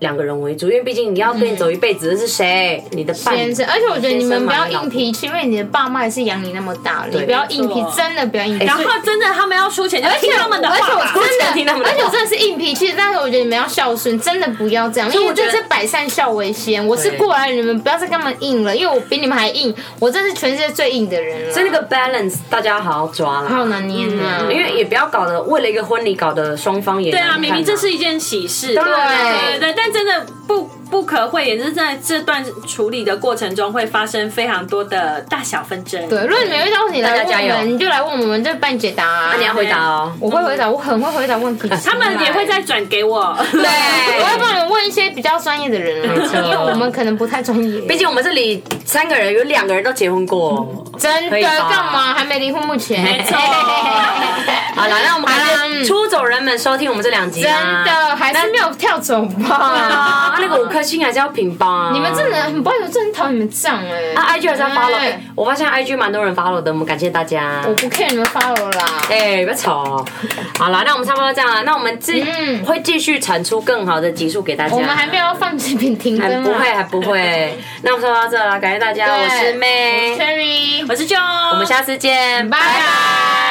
[SPEAKER 1] 两个人为主，因为毕竟你要跟你走一辈子的是谁？你的伴
[SPEAKER 2] 先生。而且我觉得你们不要硬脾气，因为你的爸妈也是养你那么大了，你不要硬脾，真的不要硬脾气。
[SPEAKER 3] 然后真的他们要出钱，就听他们的话，
[SPEAKER 2] 而且我真的
[SPEAKER 1] 听他们的话，
[SPEAKER 2] 而且我真的是硬脾气，但是我觉得你们要孝顺，真的不要这样，因为这是百善孝为先。我是过来人，你们不要再跟他们硬了，因为我比你们还硬，我真是全世界最硬的人了。
[SPEAKER 1] 所以那个 balance 大家要好好抓了，
[SPEAKER 2] 好难捏啊！
[SPEAKER 1] 因为也不要搞得为了一个婚礼搞得双方也
[SPEAKER 3] 对啊，明明这是一件喜事，
[SPEAKER 1] 对
[SPEAKER 3] 对对，但真的不不可讳言，就是在这段处理的过程中会发生非常多的大小纷争。
[SPEAKER 2] 对，如果你们遇到问题来问我们，你就来问我们，就帮你解答啊。
[SPEAKER 1] 那你要回答哦，
[SPEAKER 2] 我会回答，我很会回答问题。
[SPEAKER 3] 他们也会再转给我，
[SPEAKER 2] 对，我会帮你们问一些比较专业的人啊，因为我们可能不太专业。
[SPEAKER 1] 毕竟我们这里三个人有两个人都结婚过，
[SPEAKER 2] 真的干嘛还没离婚？目前
[SPEAKER 3] 没错。
[SPEAKER 1] 好了，那我们还是出走人们收听我们这两集，
[SPEAKER 2] 真的还是没有跳走吧？
[SPEAKER 1] 啊，那个五颗星还是要评吧。
[SPEAKER 2] 你们真的很不好意思，我真的很讨厌你们这样哎。
[SPEAKER 1] 啊 ，I G 还是要 follow，哎，我发现 I G 蛮多人 follow 的，我们感谢大家。
[SPEAKER 2] 我不 care 你们 follow 啦。
[SPEAKER 1] 哎，不要吵。好了，那我们差不多这样了，那我们继会继续产出更好的集数给大家。
[SPEAKER 2] 我们还没有要放这边停更，
[SPEAKER 1] 不会还不会。那我们说到这了，感谢大家，我是妹，
[SPEAKER 2] 我是 Cherry，
[SPEAKER 3] 我是 Joe，
[SPEAKER 1] 我们下次见，
[SPEAKER 2] 拜拜。